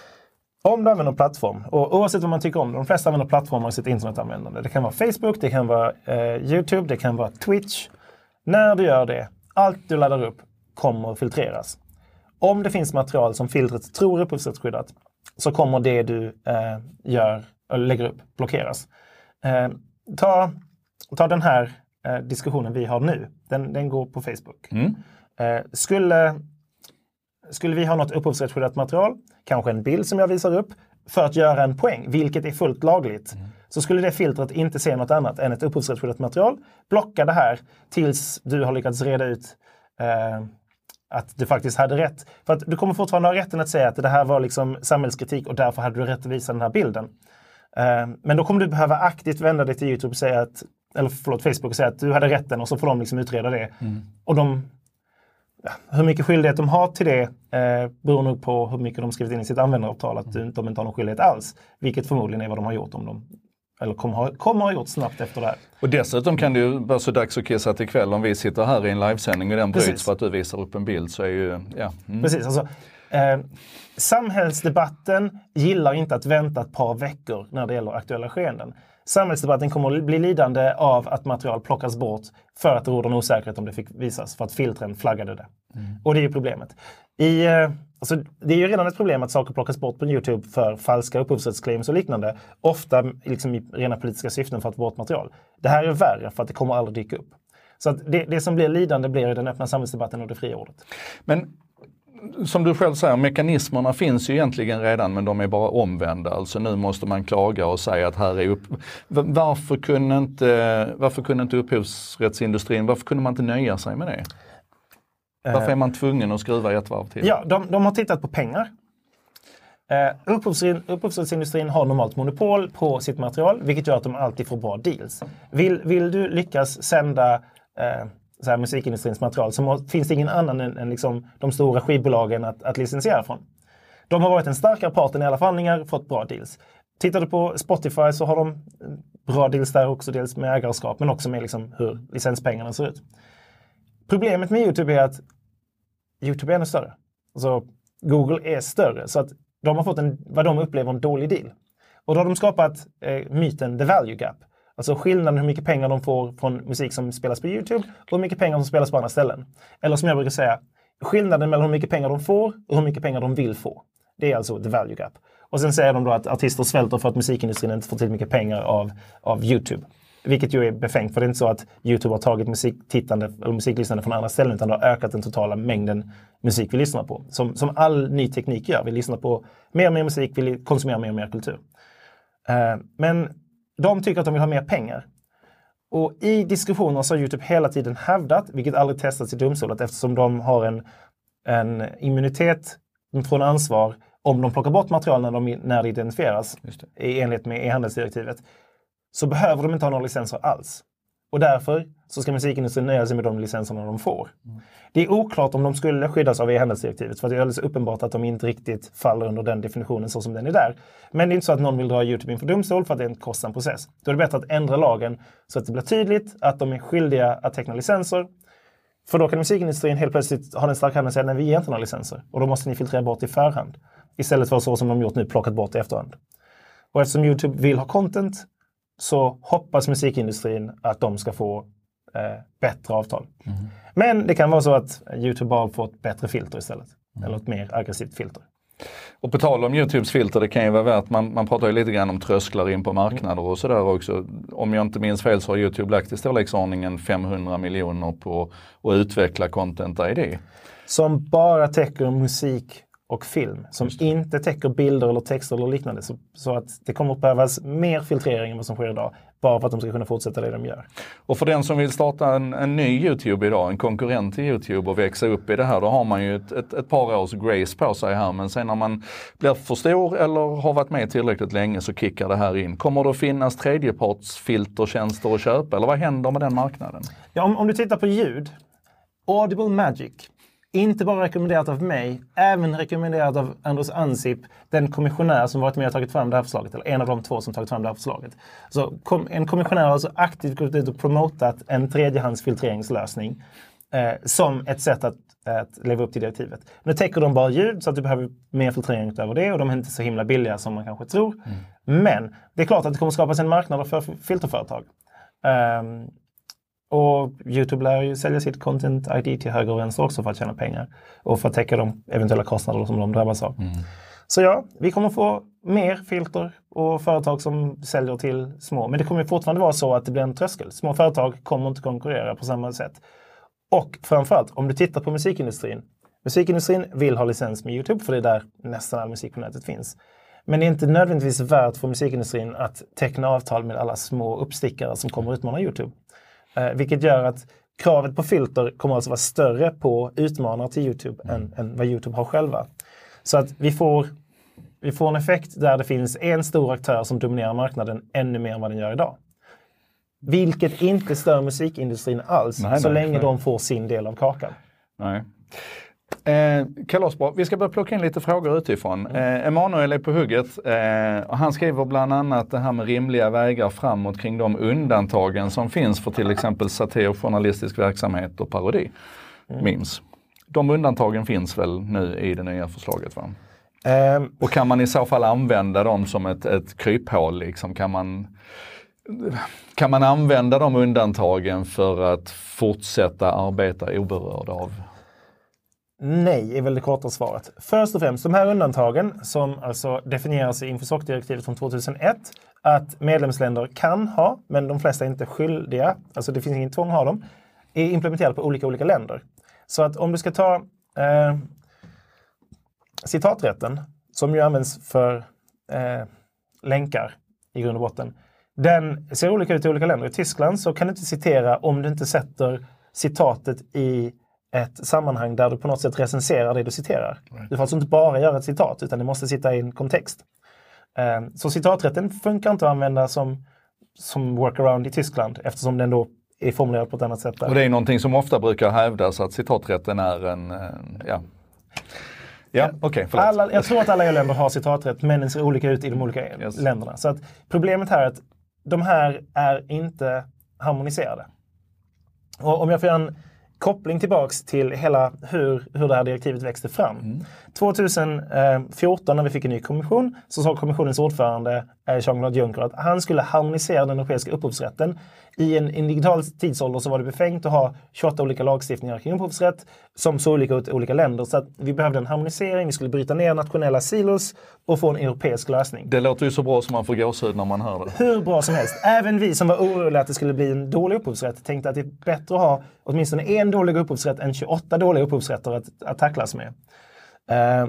Om du använder en plattform, och oavsett vad man tycker om det, de flesta använder plattformar i sitt internetanvändande. Det kan vara Facebook, det kan vara eh, YouTube, det kan vara Twitch. När du gör det, allt du laddar upp kommer att filtreras. Om det finns material som filtret tror är upphovsrättsskyddat så kommer det du eh, gör, eller lägger upp blockeras. Eh, ta, ta den här eh, diskussionen vi har nu. Den, den går på Facebook. Mm. Eh, skulle, skulle vi ha något upphovsrättsskyddat material, kanske en bild som jag visar upp, för att göra en poäng, vilket är fullt lagligt, mm. så skulle det filtret inte se något annat än ett upphovsrättsskyddat material. Blocka det här tills du har lyckats reda ut eh, att du faktiskt hade rätt. För att du kommer fortfarande ha rätten att säga att det här var liksom samhällskritik och därför hade du rätt att visa den här bilden. Eh, men då kommer du behöva aktivt vända dig till YouTube och säga att, eller förlåt, Facebook och säga att du hade rätten och så får de liksom utreda det. Mm. Och de, ja, hur mycket skyldighet de har till det eh, beror nog på hur mycket de skrivit in i sitt användaravtal att mm. de inte har någon skyldighet alls. Vilket förmodligen är vad de har gjort om de eller kommer ha, kommer ha gjort snabbt efter det här. Och dessutom kan det ju vara så dags att kissa till kväll om vi sitter här i en livesändning och den bryts Precis. För att du visar upp en bild så är ju, ja. Mm. Precis, alltså eh, samhällsdebatten gillar inte att vänta ett par veckor när det gäller aktuella skeenden. Samhällsdebatten kommer att bli lidande av att material plockas bort för att det råder en osäkerhet om det fick visas, för att filtren flaggade det. Mm. Och det är ju problemet. I, eh, alltså, det är ju redan ett problem att saker plockas bort på YouTube för falska upphovsrättsclaims och liknande. Ofta liksom, i rena politiska syften för att få bort material. Det här är värre för att det kommer aldrig dyka upp. Så att det, det som blir lidande blir ju den öppna samhällsdebatten och det fria ordet. Men som du själv säger, mekanismerna finns ju egentligen redan men de är bara omvända. Alltså nu måste man klaga och säga att här är upp... Varför kunde inte, varför kunde inte upphovsrättsindustrin, varför kunde man inte nöja sig med det? Varför är man tvungen att skruva ett varv till? Ja, de, de har tittat på pengar. Uh, upphovsrättsindustrin har normalt monopol på sitt material, vilket gör att de alltid får bra deals. Vill, vill du lyckas sända uh, så här, musikindustrins material så må, finns det ingen annan än, än liksom, de stora skivbolagen att, att licensiera från. De har varit en starkare part i alla förhandlingar, fått bra deals. Tittar du på Spotify så har de bra deals där också, dels med ägarskap men också med liksom, hur licenspengarna ser ut. Problemet med YouTube är att YouTube är ännu större. Alltså, Google är större. Så att de har fått en, vad de upplever en dålig deal. Och då har de skapat eh, myten the value gap. Alltså skillnaden hur mycket pengar de får från musik som spelas på YouTube och hur mycket pengar som spelas på andra ställen. Eller som jag brukar säga, skillnaden mellan hur mycket pengar de får och hur mycket pengar de vill få. Det är alltså the value gap. Och sen säger de då att artister svälter för att musikindustrin inte får till mycket pengar av, av YouTube. Vilket ju är befängt, för det är inte så att YouTube har tagit musiktittande eller musiklyssnande från andra ställen, utan det har ökat den totala mängden musik vi lyssnar på. Som, som all ny teknik gör. Vi lyssnar på mer och mer musik, vi konsumerar mer och mer kultur. Uh, men de tycker att de vill ha mer pengar. Och i diskussioner så har YouTube hela tiden hävdat, vilket aldrig testats i domstolet eftersom de har en, en immunitet från ansvar om de plockar bort material när, de, när det identifieras i enlighet med e-handelsdirektivet. så behöver de inte ha några licenser alls. Och därför så ska musikindustrin nöja sig med de licenserna de får. Mm. Det är oklart om de skulle skyddas av e-handelsdirektivet, för det är alldeles uppenbart att de inte riktigt faller under den definitionen så som den är där. Men det är inte så att någon vill dra YouTube inför domstol för att det är en kostsam process. Då är det bättre att ändra lagen så att det blir tydligt att de är skyldiga att teckna licenser. För då kan musikindustrin helt plötsligt ha den starka handen och säga nej, vi ger inte några licenser. Och då måste ni filtrera bort i förhand. Istället för så som de gjort nu, plockat bort i efterhand. Och eftersom YouTube vill ha content så hoppas musikindustrin att de ska få eh, bättre avtal. Mm. Men det kan vara så att YouTube bara får ett bättre filter istället. Mm. Eller ett mer aggressivt filter. Och på tal om YouTubes filter, det kan ju vara värt, man, man pratar ju lite grann om trösklar in på marknader och sådär också. Om jag inte minns fel så har YouTube lagt i storleksordningen femhundra miljoner på att utveckla content I D. Som bara täcker musik och film. Som inte täcker bilder eller texter eller liknande. Så, så att det kommer att behövas mer filtrering än vad som sker idag. Bara för att de ska kunna fortsätta det de gör. Och för den som vill starta en, en ny YouTube idag, en konkurrent till YouTube och växa upp i det här, då har man ju ett, ett, ett par års grace på sig här. Men sen när man blir för stor eller har varit med tillräckligt länge så kickar det här in. Kommer det att finnas tredjepartsfiltertjänster att köpa? Eller vad händer med den marknaden? Ja, om, om du tittar på ljud. Audible Magic. Inte bara rekommenderat av mig, även rekommenderat av Anders Ansip, den kommissionär som varit med och tagit fram det här förslaget, eller en av de två som tagit fram det här förslaget. Så kom, en kommissionär har alltså aktivt gått ut och promotat en tredjehandsfiltreringslösning eh, som ett sätt att, att leva upp till direktivet. Nu täcker de bara ljud så att du behöver mer filtrering utöver det och de är inte så himla billiga som man kanske tror. Mm. Men det är klart att det kommer skapas en marknad för filterföretag. Um, Och YouTube lär ju sälja sitt content I D till höger och vänster också för att tjäna pengar. Och för att täcka de eventuella kostnader som de drabbas av. Mm. Så ja, vi kommer få mer filter och företag som säljer till små. Men det kommer fortfarande vara så att det blir en tröskel. Små företag kommer inte konkurrera på samma sätt. Och framförallt, om du tittar på musikindustrin. Musikindustrin vill ha licens med YouTube för det är där nästan all musik på nätet finns. Men det är inte nödvändigtvis värt för musikindustrin att teckna avtal med alla små uppstickare som kommer utmana YouTube. Eh, vilket gör att kravet på filter kommer alltså vara större på utmanare till YouTube mm. än, än vad YouTube har själva. Så att vi får, vi får en effekt där det finns en stor aktör som dominerar marknaden ännu mer än vad den gör idag. Vilket inte stör musikindustrin alls nej, så nej, länge nej. de får sin del av kakan. Nej. Eh, Kalasbra, vi ska börja plocka in lite frågor utifrån. Eh, Emanuel är på hugget eh, och han skriver bland annat det här med rimliga vägar framåt kring de undantagen som finns för till exempel satir, journalistisk verksamhet och parodi. Mm. Memes. De undantagen finns väl nu i det nya förslaget, va? Um, och kan man i så fall använda dem som ett, ett kryphål liksom? Kan man, kan man använda de undantagen för att fortsätta arbeta oberörd av? Nej är väl det korta svaret. Först och främst, de här undantagen som alltså definieras i Infosoc-direktivet från tvåtusenett att medlemsländer kan ha, men de flesta är inte skyldiga, alltså det finns ingen tvång att ha dem, är implementerade på olika olika länder. Så att om du ska ta eh, citaträtten som ju används för eh, länkar i grund och botten. Den ser olika ut i olika länder. I Tyskland så kan du inte citera om du inte sätter citatet i ett sammanhang där du på något sätt recenserar det du citerar. Right. Du får alltså inte bara göra ett citat utan det måste sitta i en kontext. Uh, så citaträtten funkar inte att använda som, som workaround i Tyskland eftersom den då är formulerad på ett annat sätt där. Och det är någonting som ofta brukar hävdas att citaträtten är en... en ja. Ja, okej, okay, alla, jag tror att alla länder har citaträtt men den ser olika ut i de olika yes. länderna. Så att problemet här är att de här är inte harmoniserade. Och om jag får en koppling tillbaks till hela hur, hur det här direktivet växte fram. Mm. tjugohundrafjorton när vi fick en ny kommission så sa kommissionens ordförande eh, Jean-Claude Juncker att han skulle harmonisera den europeiska upphovsrätten. I en, en digital tidsålder så var det befängt att ha tjugoåtta olika lagstiftningar kring upphovsrätt som så olika ut i olika länder. Så att vi behövde en harmonisering, vi skulle bryta ner nationella silos och få en europeisk lösning. Det låter ju så bra som man får gåshud när man hör det. Hur bra som helst. Även vi som var oroliga att det skulle bli en dålig upphovsrätt tänkte att det är bättre att ha åtminstone en dålig upphovsrätt än tjugoåtta dåliga upphovsrätter att, att tacklas med. Uh,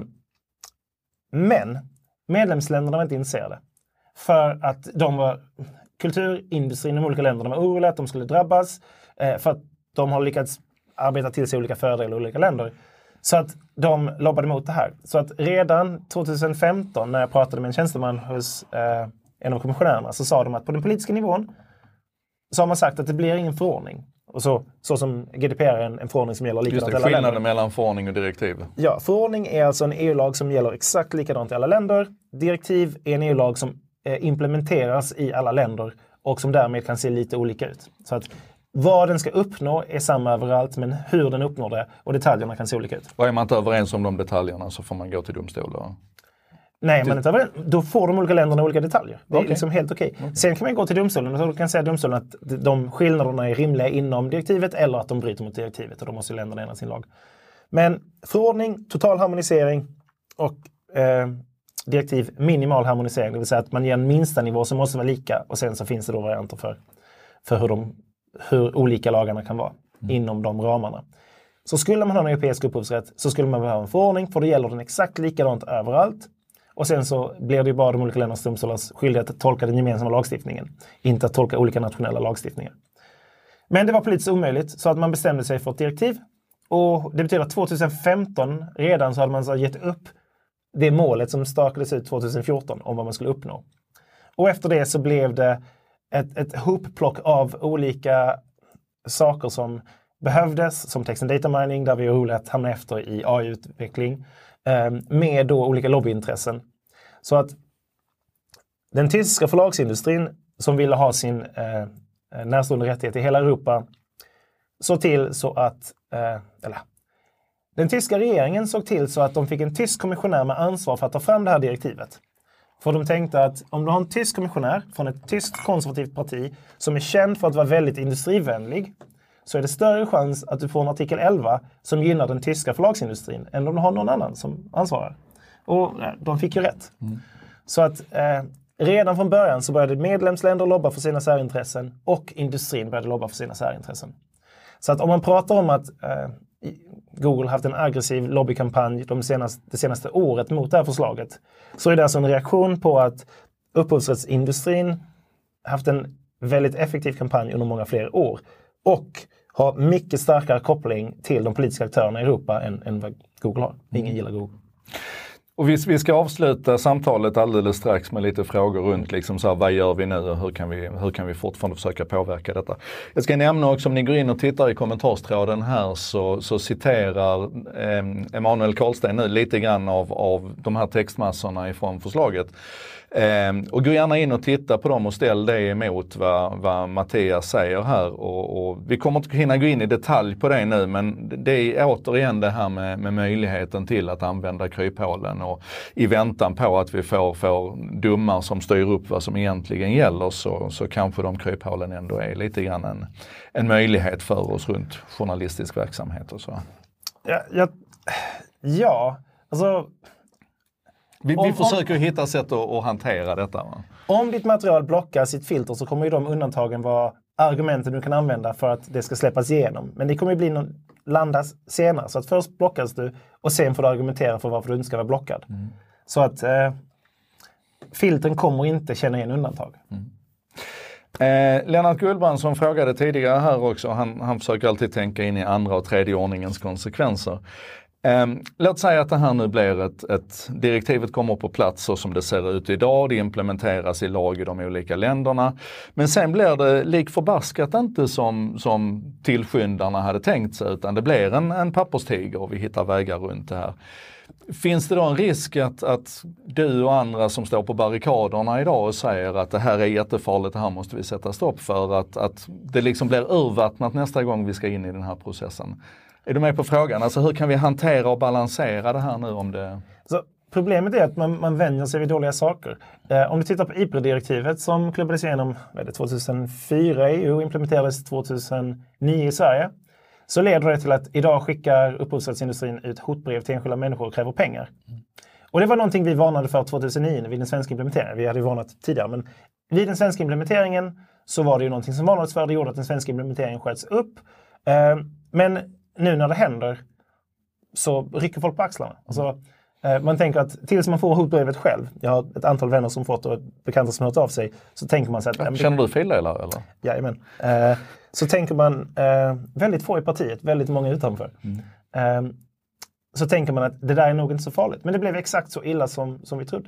men medlemsländerna var inte intresserade. För att de var kulturindustrin i de olika länderna var oroliga att de skulle drabbas. Uh, för att de har lyckats arbeta till sig olika fördelar i olika länder. Så att de lobbade emot det här. Så att redan tjugohundrafemton när jag pratade med en tjänsteman hos uh, en av kommissionärerna, så sa de att på den politiska nivån så har man sagt att det blir ingen förordning. Och så, så som G D P R är en, en förordning som gäller likadant i alla länder. Skillnaden mellan förordning och direktiv. Ja, förordning är alltså en E U-lag som gäller exakt likadant i alla länder. Direktiv är en E U-lag som eh, implementeras i alla länder och som därmed kan se lite olika ut. Så att vad den ska uppnå är samma överallt, men hur den uppnår det och detaljerna kan se olika ut. Och är man inte överens om de detaljerna så får man gå till domstol då? Nej, men inte överens. Då får de olika länderna olika detaljer. Det är okay. liksom helt okej. Okay. Sen kan man gå till domstolen och då kan säga domstolen att de skillnaderna är rimliga inom direktivet eller att de bryter mot direktivet och då måste länderna ändra sin lag. Men förordning, total harmonisering och eh, direktiv minimal harmonisering, det vill säga att man ger en minsta nivå som måste vara lika och sen så finns det då varianter för, för hur, de, hur olika lagarna kan vara mm. inom de ramarna. Så skulle man ha en europeisk upphovsrätt så skulle man behöva en förordning, för då gäller den exakt likadant överallt. Och sen så blir det ju bara de olika ländernas domstolars skyldighet att tolka den gemensamma lagstiftningen. Inte att tolka olika nationella lagstiftningar. Men det var politiskt omöjligt så att man bestämde sig för ett direktiv. Och det betyder att tjugohundrafemton redan så hade man så gett upp det målet som stakades ut tjugohundrafjorton om vad man skulle uppnå. Och efter det så blev det ett, ett hopplock av olika saker som behövdes, som text and data mining, där vi är roliga att hamna efter i A I-utveckling, eh, med då olika lobbyintressen. Så att den tyska förlagsindustrin som ville ha sin eh, närstående rättighet i hela Europa såg till så att, eh, eller den tyska regeringen såg till så att de fick en tysk kommissionär med ansvar för att ta fram det här direktivet. För de tänkte att om du har en tysk kommissionär från ett tyskt konservativt parti som är känd för att vara väldigt industrivänlig, så är det större chans att du får en artikel elva som gynnar den tyska förlagsindustrin än om du har någon annan som ansvarar. Och de fick ju rätt. Mm. Så att eh, redan från början så började medlemsländer lobba för sina särintressen och industrin började lobba för sina särintressen. Så att om man pratar om att eh, Google haft en aggressiv lobbykampanj de senaste, det senaste året mot det här förslaget, så är det alltså en reaktion på att upphovsrättsindustrin haft en väldigt effektiv kampanj under många fler år och har mycket starkare koppling till de politiska aktörerna i Europa än, än vad Google har. Ingen gillar Google. Och vi, vi ska avsluta samtalet alldeles strax med lite frågor runt liksom så här, vad gör vi nu och hur kan vi, hur kan vi fortfarande försöka påverka detta. Jag ska nämna också, om ni går in och tittar i kommentarstråden här så, så citerar eh, Emanuel Karlsten nu lite grann av, av de här textmassorna ifrån förslaget. Eh, och gå gärna in och titta på dem och ställ det emot vad, vad Mattias säger här. Och, och vi kommer inte hinna gå in i detalj på det nu, men det är återigen det här med, med möjligheten till att använda kryphålen. Och i väntan på att vi får, får domar som styr upp vad som egentligen gäller så, så kanske de kryphålen ändå är lite grann en, en möjlighet för oss runt journalistisk verksamhet och så. Ja, ja, ja alltså... Vi, om, vi försöker om, hitta sätt att, att hantera detta. Va? Om ditt material blockar sitt filter så kommer ju de undantagen vara argumenten du kan använda för att det ska släppas igenom. Men det kommer ju bli någon, landas senare. Så att först blockas du och sen får du argumentera för varför du inte ska vara blockad. Mm. Så att eh, filtren kommer inte känna igen undantag. Mm. Eh, Lennart Gullbrand som frågade tidigare här också, han, han försöker alltid tänka in i andra och tredje ordningens konsekvenser. Um, låt säga att det här nu blir ett, ett direktivet kommer på plats så som det ser ut idag, det implementeras i lag i de olika länderna. Men sen blir det lik förbaskat inte som, som tillskyndarna hade tänkt sig, utan det blir en, en papperstiger och vi hittar vägar runt det här. Finns det då en risk att, att du och andra som står på barrikaderna idag och säger att det här är jättefarligt, det här måste vi sätta stopp för, att, att det liksom blir urvattnat nästa gång vi ska in i den här processen? Är du med på frågan? Alltså hur kan vi hantera och balansera det här nu om det... Så, problemet är att man, man vänjer sig vid dåliga saker. Eh, om du tittar på I P R E-direktivet som klubbades igenom vad är det, tjugohundrafyra i E U och implementerades tjugohundranio i Sverige, så leder det till att idag skickar upphovsrättsindustrin ut hotbrev till enskilda människor och kräver pengar. Mm. Och det var någonting vi varnade för tjugohundranio vid den svenska implementeringen. Vi hade ju varnat tidigare, men vid den svenska implementeringen så var det ju någonting som varnades för. Det gjorde att den svenska implementeringen sköts upp. Eh, men nu när det händer så rycker folk på axlarna. Alltså, eh, man tänker att tills man får hotbrevet själv, jag har ett antal vänner som fått och bekanta som har hört av sig, så tänker man sig att... Ja, känner du fel eller? eller? Jajamän. Eh, så tänker man, eh, väldigt få i partiet, väldigt många utanför. Mm. Eh, så tänker man att det där är nog inte så farligt. Men det blev exakt så illa som, som vi trodde.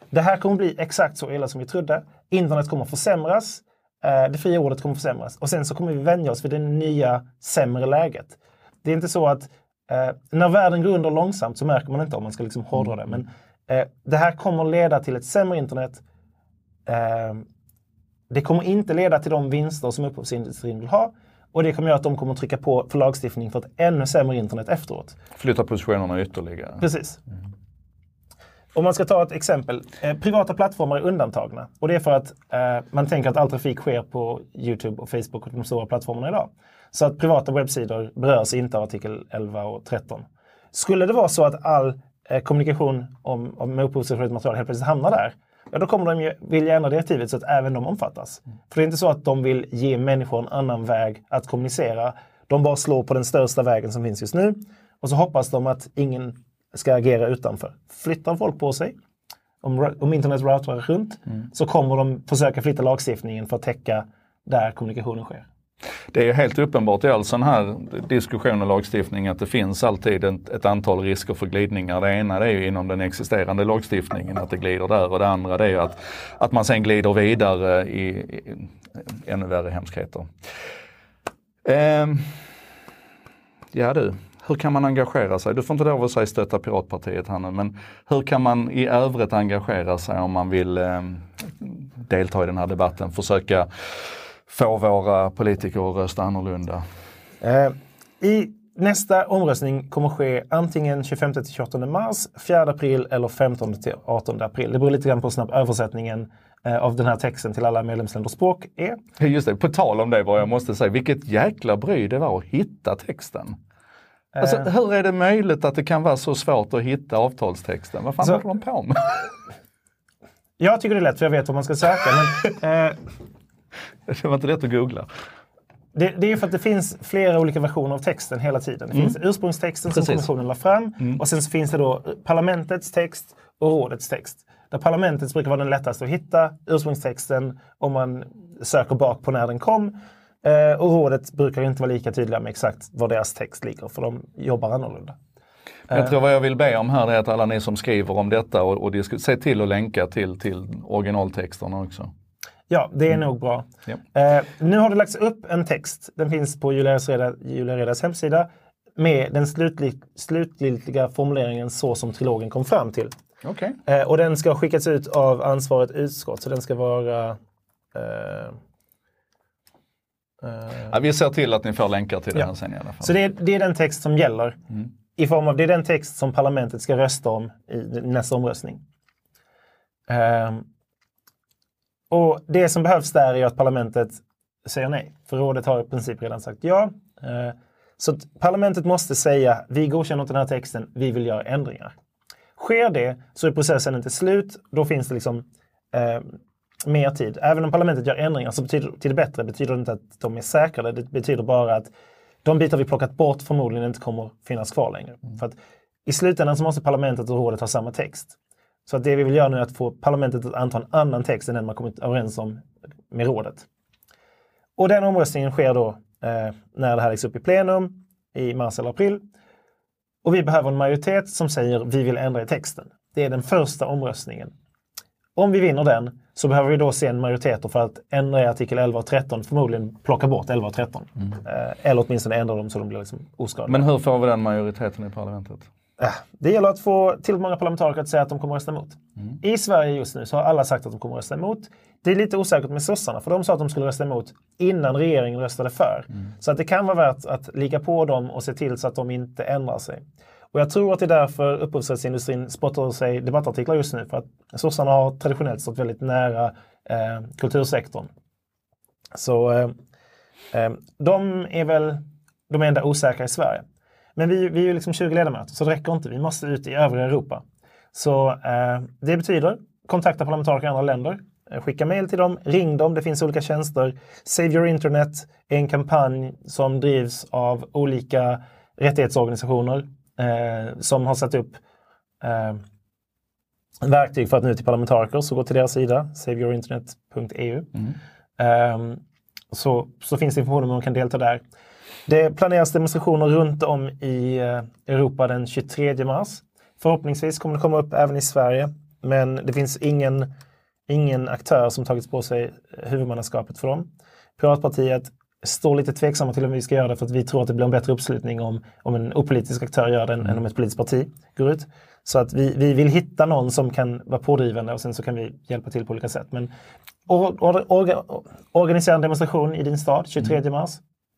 det här kommer bli exakt så illa som vi trodde. Internet kommer försämras. Eh, det fria ordet kommer försämras. Och sen så kommer vi vänja oss vid det nya sämre läget. Det är inte så att eh, när världen går under långsamt så märker man inte om man ska liksom hårdra det. Men eh, det här kommer leda till ett sämre internet. Eh, det kommer inte leda till de vinster som upphovsindustrin vill ha. Och det kommer göra att de kommer trycka på för lagstiftning för ett ännu sämre internet efteråt. Flytta positionerna ytterligare. Precis. Mm. Om man ska ta ett exempel. Eh, privata plattformar är undantagna. Och det är för att eh, man tänker att all trafik sker på YouTube och Facebook och de stora plattformarna idag. Så att privata webbsidor berörs inte av artikel elva och tretton. Skulle det vara så att all eh, kommunikation om, om upphovsrättsskyddat material helt plötsligt hamnar där, ja, då kommer de ju vilja ändra direktivet så att även de omfattas. Mm. För det är inte så att de vill ge människor en annan väg att kommunicera. De bara slår på den största vägen som finns just nu. Och så hoppas de att ingen ska agera utanför. Flyttar folk på sig, om, om internet routar runt, mm. så kommer de försöka flytta lagstiftningen för att täcka där kommunikationen sker. Det är ju helt uppenbart i all sån här diskussion och lagstiftning att det finns alltid ett, ett antal risker för glidningar. Det ena det är ju inom den existerande lagstiftningen att det glider där, och det andra det är ju att, att man sen glider vidare i, i ännu värre hemskheter. Eh, ja du, hur kan man engagera sig? Du får inte lov att säga stötta Piratpartiet här nu, men hur kan man i övrigt engagera sig om man vill eh, delta i den här debatten, försöka få våra politiker att rösta annorlunda? Eh, I nästa omröstning kommer ske antingen tjugofemte till tjugoåttonde mars, fjärde april eller femtonde till artonde april. Det beror lite grann på snabb översättningen eh, av den här texten till alla medlemsländers språk är. Just det, på tal om det vad jag måste säga, vilket jäkla bry det var att hitta texten. Alltså, eh. hur är det möjligt att det kan vara så svårt att hitta avtalstexten? Vad fan så, håller de på med? Jag tycker det är lätt för jag vet vad man ska söka. Men, eh, det var inte lätt att googla. Det, det är ju för att det finns flera olika versioner av texten hela tiden. Det mm. finns ursprungstexten Precis. som kommissionen la fram. Mm. Och sen så finns det då parlamentets text och rådets text. Där parlamentets brukar vara den lättaste att hitta. Ursprungstexten om man söker bak på när den kom. Eh, och rådet brukar inte vara lika tydliga med exakt var deras text ligger. För de jobbar annorlunda. Jag tror vad jag vill be om här är att alla ni som skriver om detta och, och disk- se till att länka till, till originaltexterna också. Ja, det är mm. nog bra. Ja. Eh, nu har det lagts upp en text. Den finns på Julia Redas hemsida med den slutlig, slutgiltiga formuleringen så som trilogen kom fram till. Okay. Eh, och den ska skickas ut av ansvarigt utskott. Så den ska vara... Eh, eh, ja, vi ser till att ni får länkar till ja. den sen i alla fall. Så det är, det är den text som gäller. Mm. I form av, det är den text som parlamentet ska rösta om i nästa omröstning. Eh, Och det som behövs där är att parlamentet säger nej. För rådet har i princip redan sagt ja. Så att parlamentet måste säga, vi godkänner inte den här texten, vi vill göra ändringar. Sker det så är processen inte slut. Då finns det liksom eh, mer tid. Även om parlamentet gör ändringar så betyder till det bättre betyder det inte att de är säkrade. Det betyder bara att de bitar vi plockat bort förmodligen inte kommer finnas kvar längre. Mm. För att i slutändan så måste parlamentet och rådet ha samma text. Så att det vi vill göra nu är att få parlamentet att anta en annan text än den man kommit överens om med rådet. Och den omröstningen sker då eh, när det här läggs upp i plenum i mars eller april. Och vi behöver en majoritet som säger vi vill ändra i texten. Det är den första omröstningen. Om vi vinner den så behöver vi då se en majoritet för att ändra i artikel elva och tretton, förmodligen plocka bort elva och tretton. Mm. Eh, eller åtminstone ändra dem så de blir liksom oskadliga. Men hur får vi den majoriteten i parlamentet? Det gäller att få tillräckligt många parlamentariker att säga att de kommer att rösta emot. Mm. I Sverige just nu så har alla sagt att de kommer att rösta emot. Det är lite osäkert med sossarna, för de sa att de skulle rösta emot innan regeringen röstade för. Mm. Så att det kan vara värt att ligga på dem och se till så att de inte ändrar sig. Och jag tror att det är därför upphovsrättsindustrin spottar sig debattartiklar just nu. För att sossarna har traditionellt stått väldigt nära eh, kultursektorn. Så eh, eh, de är väl de enda osäkra i Sverige. Men vi, vi är ju liksom tjugo ledamöter, så det räcker inte. Vi måste ut i övriga Europa. Så eh, det betyder, kontakta parlamentariker i andra länder. Eh, skicka mejl till dem, ring dem, det finns olika tjänster. Save Your Internet är en kampanj som drivs av olika rättighetsorganisationer eh, som har satt upp eh, verktyg för att nå ut till parlamentariker. Så gå till deras sida, save your internet punkt e u. Mm. Eh, så, så finns det information om hur man kan delta där. Det planeras demonstrationer runt om i Europa den tjugotredje mars. Förhoppningsvis kommer det komma upp även i Sverige. Men det finns ingen, ingen aktör som tagit på sig huvudmannaskapet för dem. Piratpartiet står lite tveksamma till om vi ska göra det för att vi tror att det blir en bättre uppslutning om, om en opolitisk aktör gör det än, än om ett politiskt parti går ut. Så att vi, vi vill hitta någon som kan vara pådrivande och sen så kan vi hjälpa till på olika sätt. Men or, or, or, organisera en demonstration i din stad tjugotredje mars.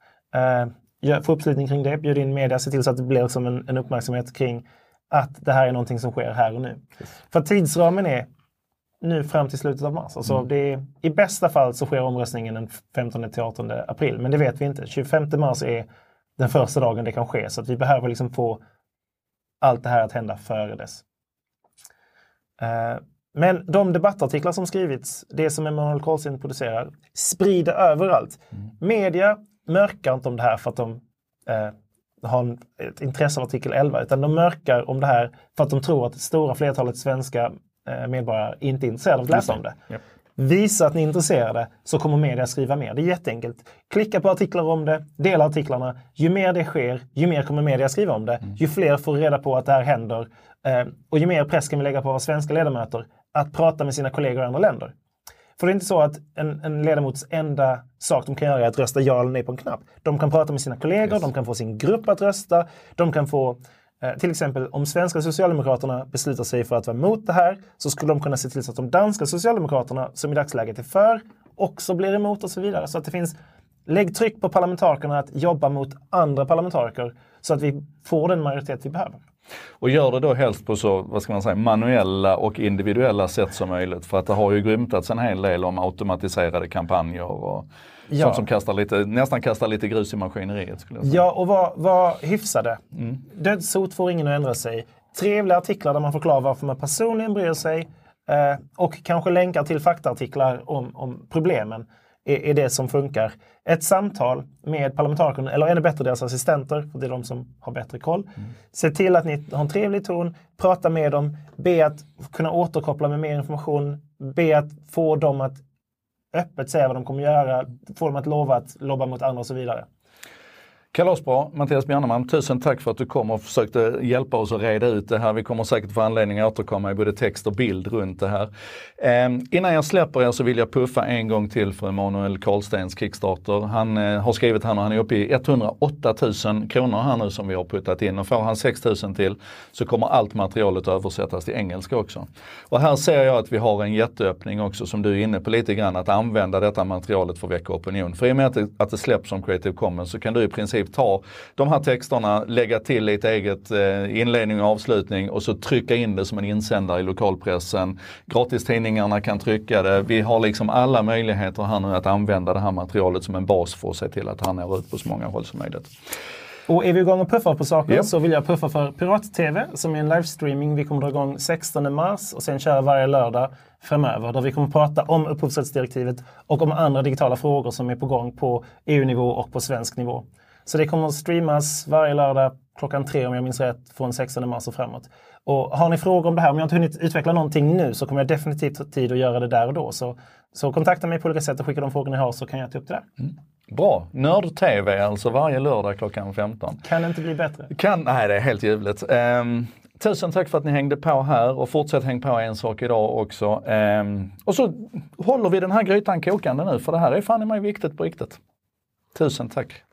Uh, få uppslutning kring det, bjud in media, se till så att det blir som en, en uppmärksamhet kring att det här är någonting som sker här och nu. Yes. För tidsramen är nu fram till slutet av mars. Alltså mm. det är, i bästa fall så sker omröstningen den femtonde till artonde april. Men det vet vi inte. tjugofemte mars är den första dagen det kan ske. Så att vi behöver liksom få allt det här att hända före dess. Uh, men de debattartiklar som skrivits, det som Emanuel Karlsson producerar, sprider överallt. Mm. Media mörkar inte om det här för att de uh, har en, ett intresse av artikel elva. Utan de mörkar om det här för att de tror att det stora flertalet svenska medborgare inte är intresserade av att läsa om det. Yep. Visa att ni är intresserade så kommer media skriva mer. Det är jätteenkelt. Klicka på artiklar om det, dela artiklarna. Ju mer det sker, ju mer kommer media skriva om det. Mm. Ju fler får reda på att det här händer. Eh, och ju mer press kan vi lägga på våra svenska ledamöter att prata med sina kollegor i andra länder. För det är inte så att en, en ledamots enda sak de kan göra är att rösta ja eller nej på en knapp. De kan prata med sina kollegor, yes. de kan få sin grupp att rösta, de kan få till exempel om svenska socialdemokraterna beslutar sig för att vara emot det här så skulle de kunna se till så att de danska socialdemokraterna som i dagsläget är för också blir emot och så vidare. Så att det finns, lägg tryck på parlamentarikerna att jobba mot andra parlamentariker så att vi får den majoritet vi behöver. Och gör det då helst på så, vad ska man säga, manuella och individuella sätt som möjligt. För att det har ju grymtats en hel del om automatiserade kampanjer och ja. sånt som kastar lite, nästan kastar lite grus i maskineriet. Skulle jag säga. Ja, och var, var hyfsade. Mm. Dödshot får ingen att ändra sig. Trevliga artiklar där man förklarar varför man personligen bryr sig. Eh, och kanske länkar till faktaartiklar om, om problemen. Är det som funkar. Ett samtal med parlamentarikerna, eller ännu bättre deras assistenter, för det är de som har bättre koll. Mm. Se till att ni har en trevlig ton, prata med dem, be att kunna återkoppla med mer information, be att få dem att öppet säga vad de kommer göra, få dem att lova att lobba mot andra och så vidare. Kalasbra, Mattias Bjarneman, tusen tack för att du kom och försökte hjälpa oss att reda ut det här. Vi kommer säkert få anledning att återkomma i både text och bild runt det här. Eh, innan jag släpper er så vill jag puffa en gång till för Emanuel Karlstens Kickstarter. Han eh, har skrivit här och han är uppe i etthundraåtta tusen kronor här nu som vi har puttat in. Och får han sex tusen till så kommer allt materialet översättas till engelska också. Och här ser jag att vi har en jätteöppning också som du är inne på lite grann, att använda detta materialet för att väcka opinion. För i och med att det, att det släpps som Creative Commons så kan du i princip ta de här texterna, lägga till lite eget eh, inledning och avslutning och så trycka in det som en insändare i lokalpressen. Gratistidningarna kan trycka det. Vi har liksom alla möjligheter här nu att använda det här materialet som en bas för att se till att han når ut på så många håll som möjligt. Och är vi igång och puffar på saker yep. så vill jag puffa för Pirat-T V som är en livestreaming. Vi kommer dra igång sextonde mars och sen köra varje lördag framöver där vi kommer prata om upphovsrättsdirektivet och om andra digitala frågor som är på gång på E U-nivå och på svensk nivå. Så det kommer att streamas varje lördag klockan tre om jag minns rätt från sextonde mars och framåt. Och har ni frågor om det här, om jag inte hunnit utveckla någonting nu så kommer jag definitivt ha tid att göra det där och då. Så, så kontakta mig på olika sätt och skicka de frågor ni har så kan jag ta upp det där. Mm. Bra. Nörd-T V alltså varje lördag klockan femton. Kan det inte bli bättre? Kan, nej, det är helt ljuvligt. Um, tusen tack för att ni hängde på här och fortsätt häng på en sak idag också. Um, och så håller vi den här grytan kokande nu för det här är fan i mig viktigt på riktigt. Tusen tack.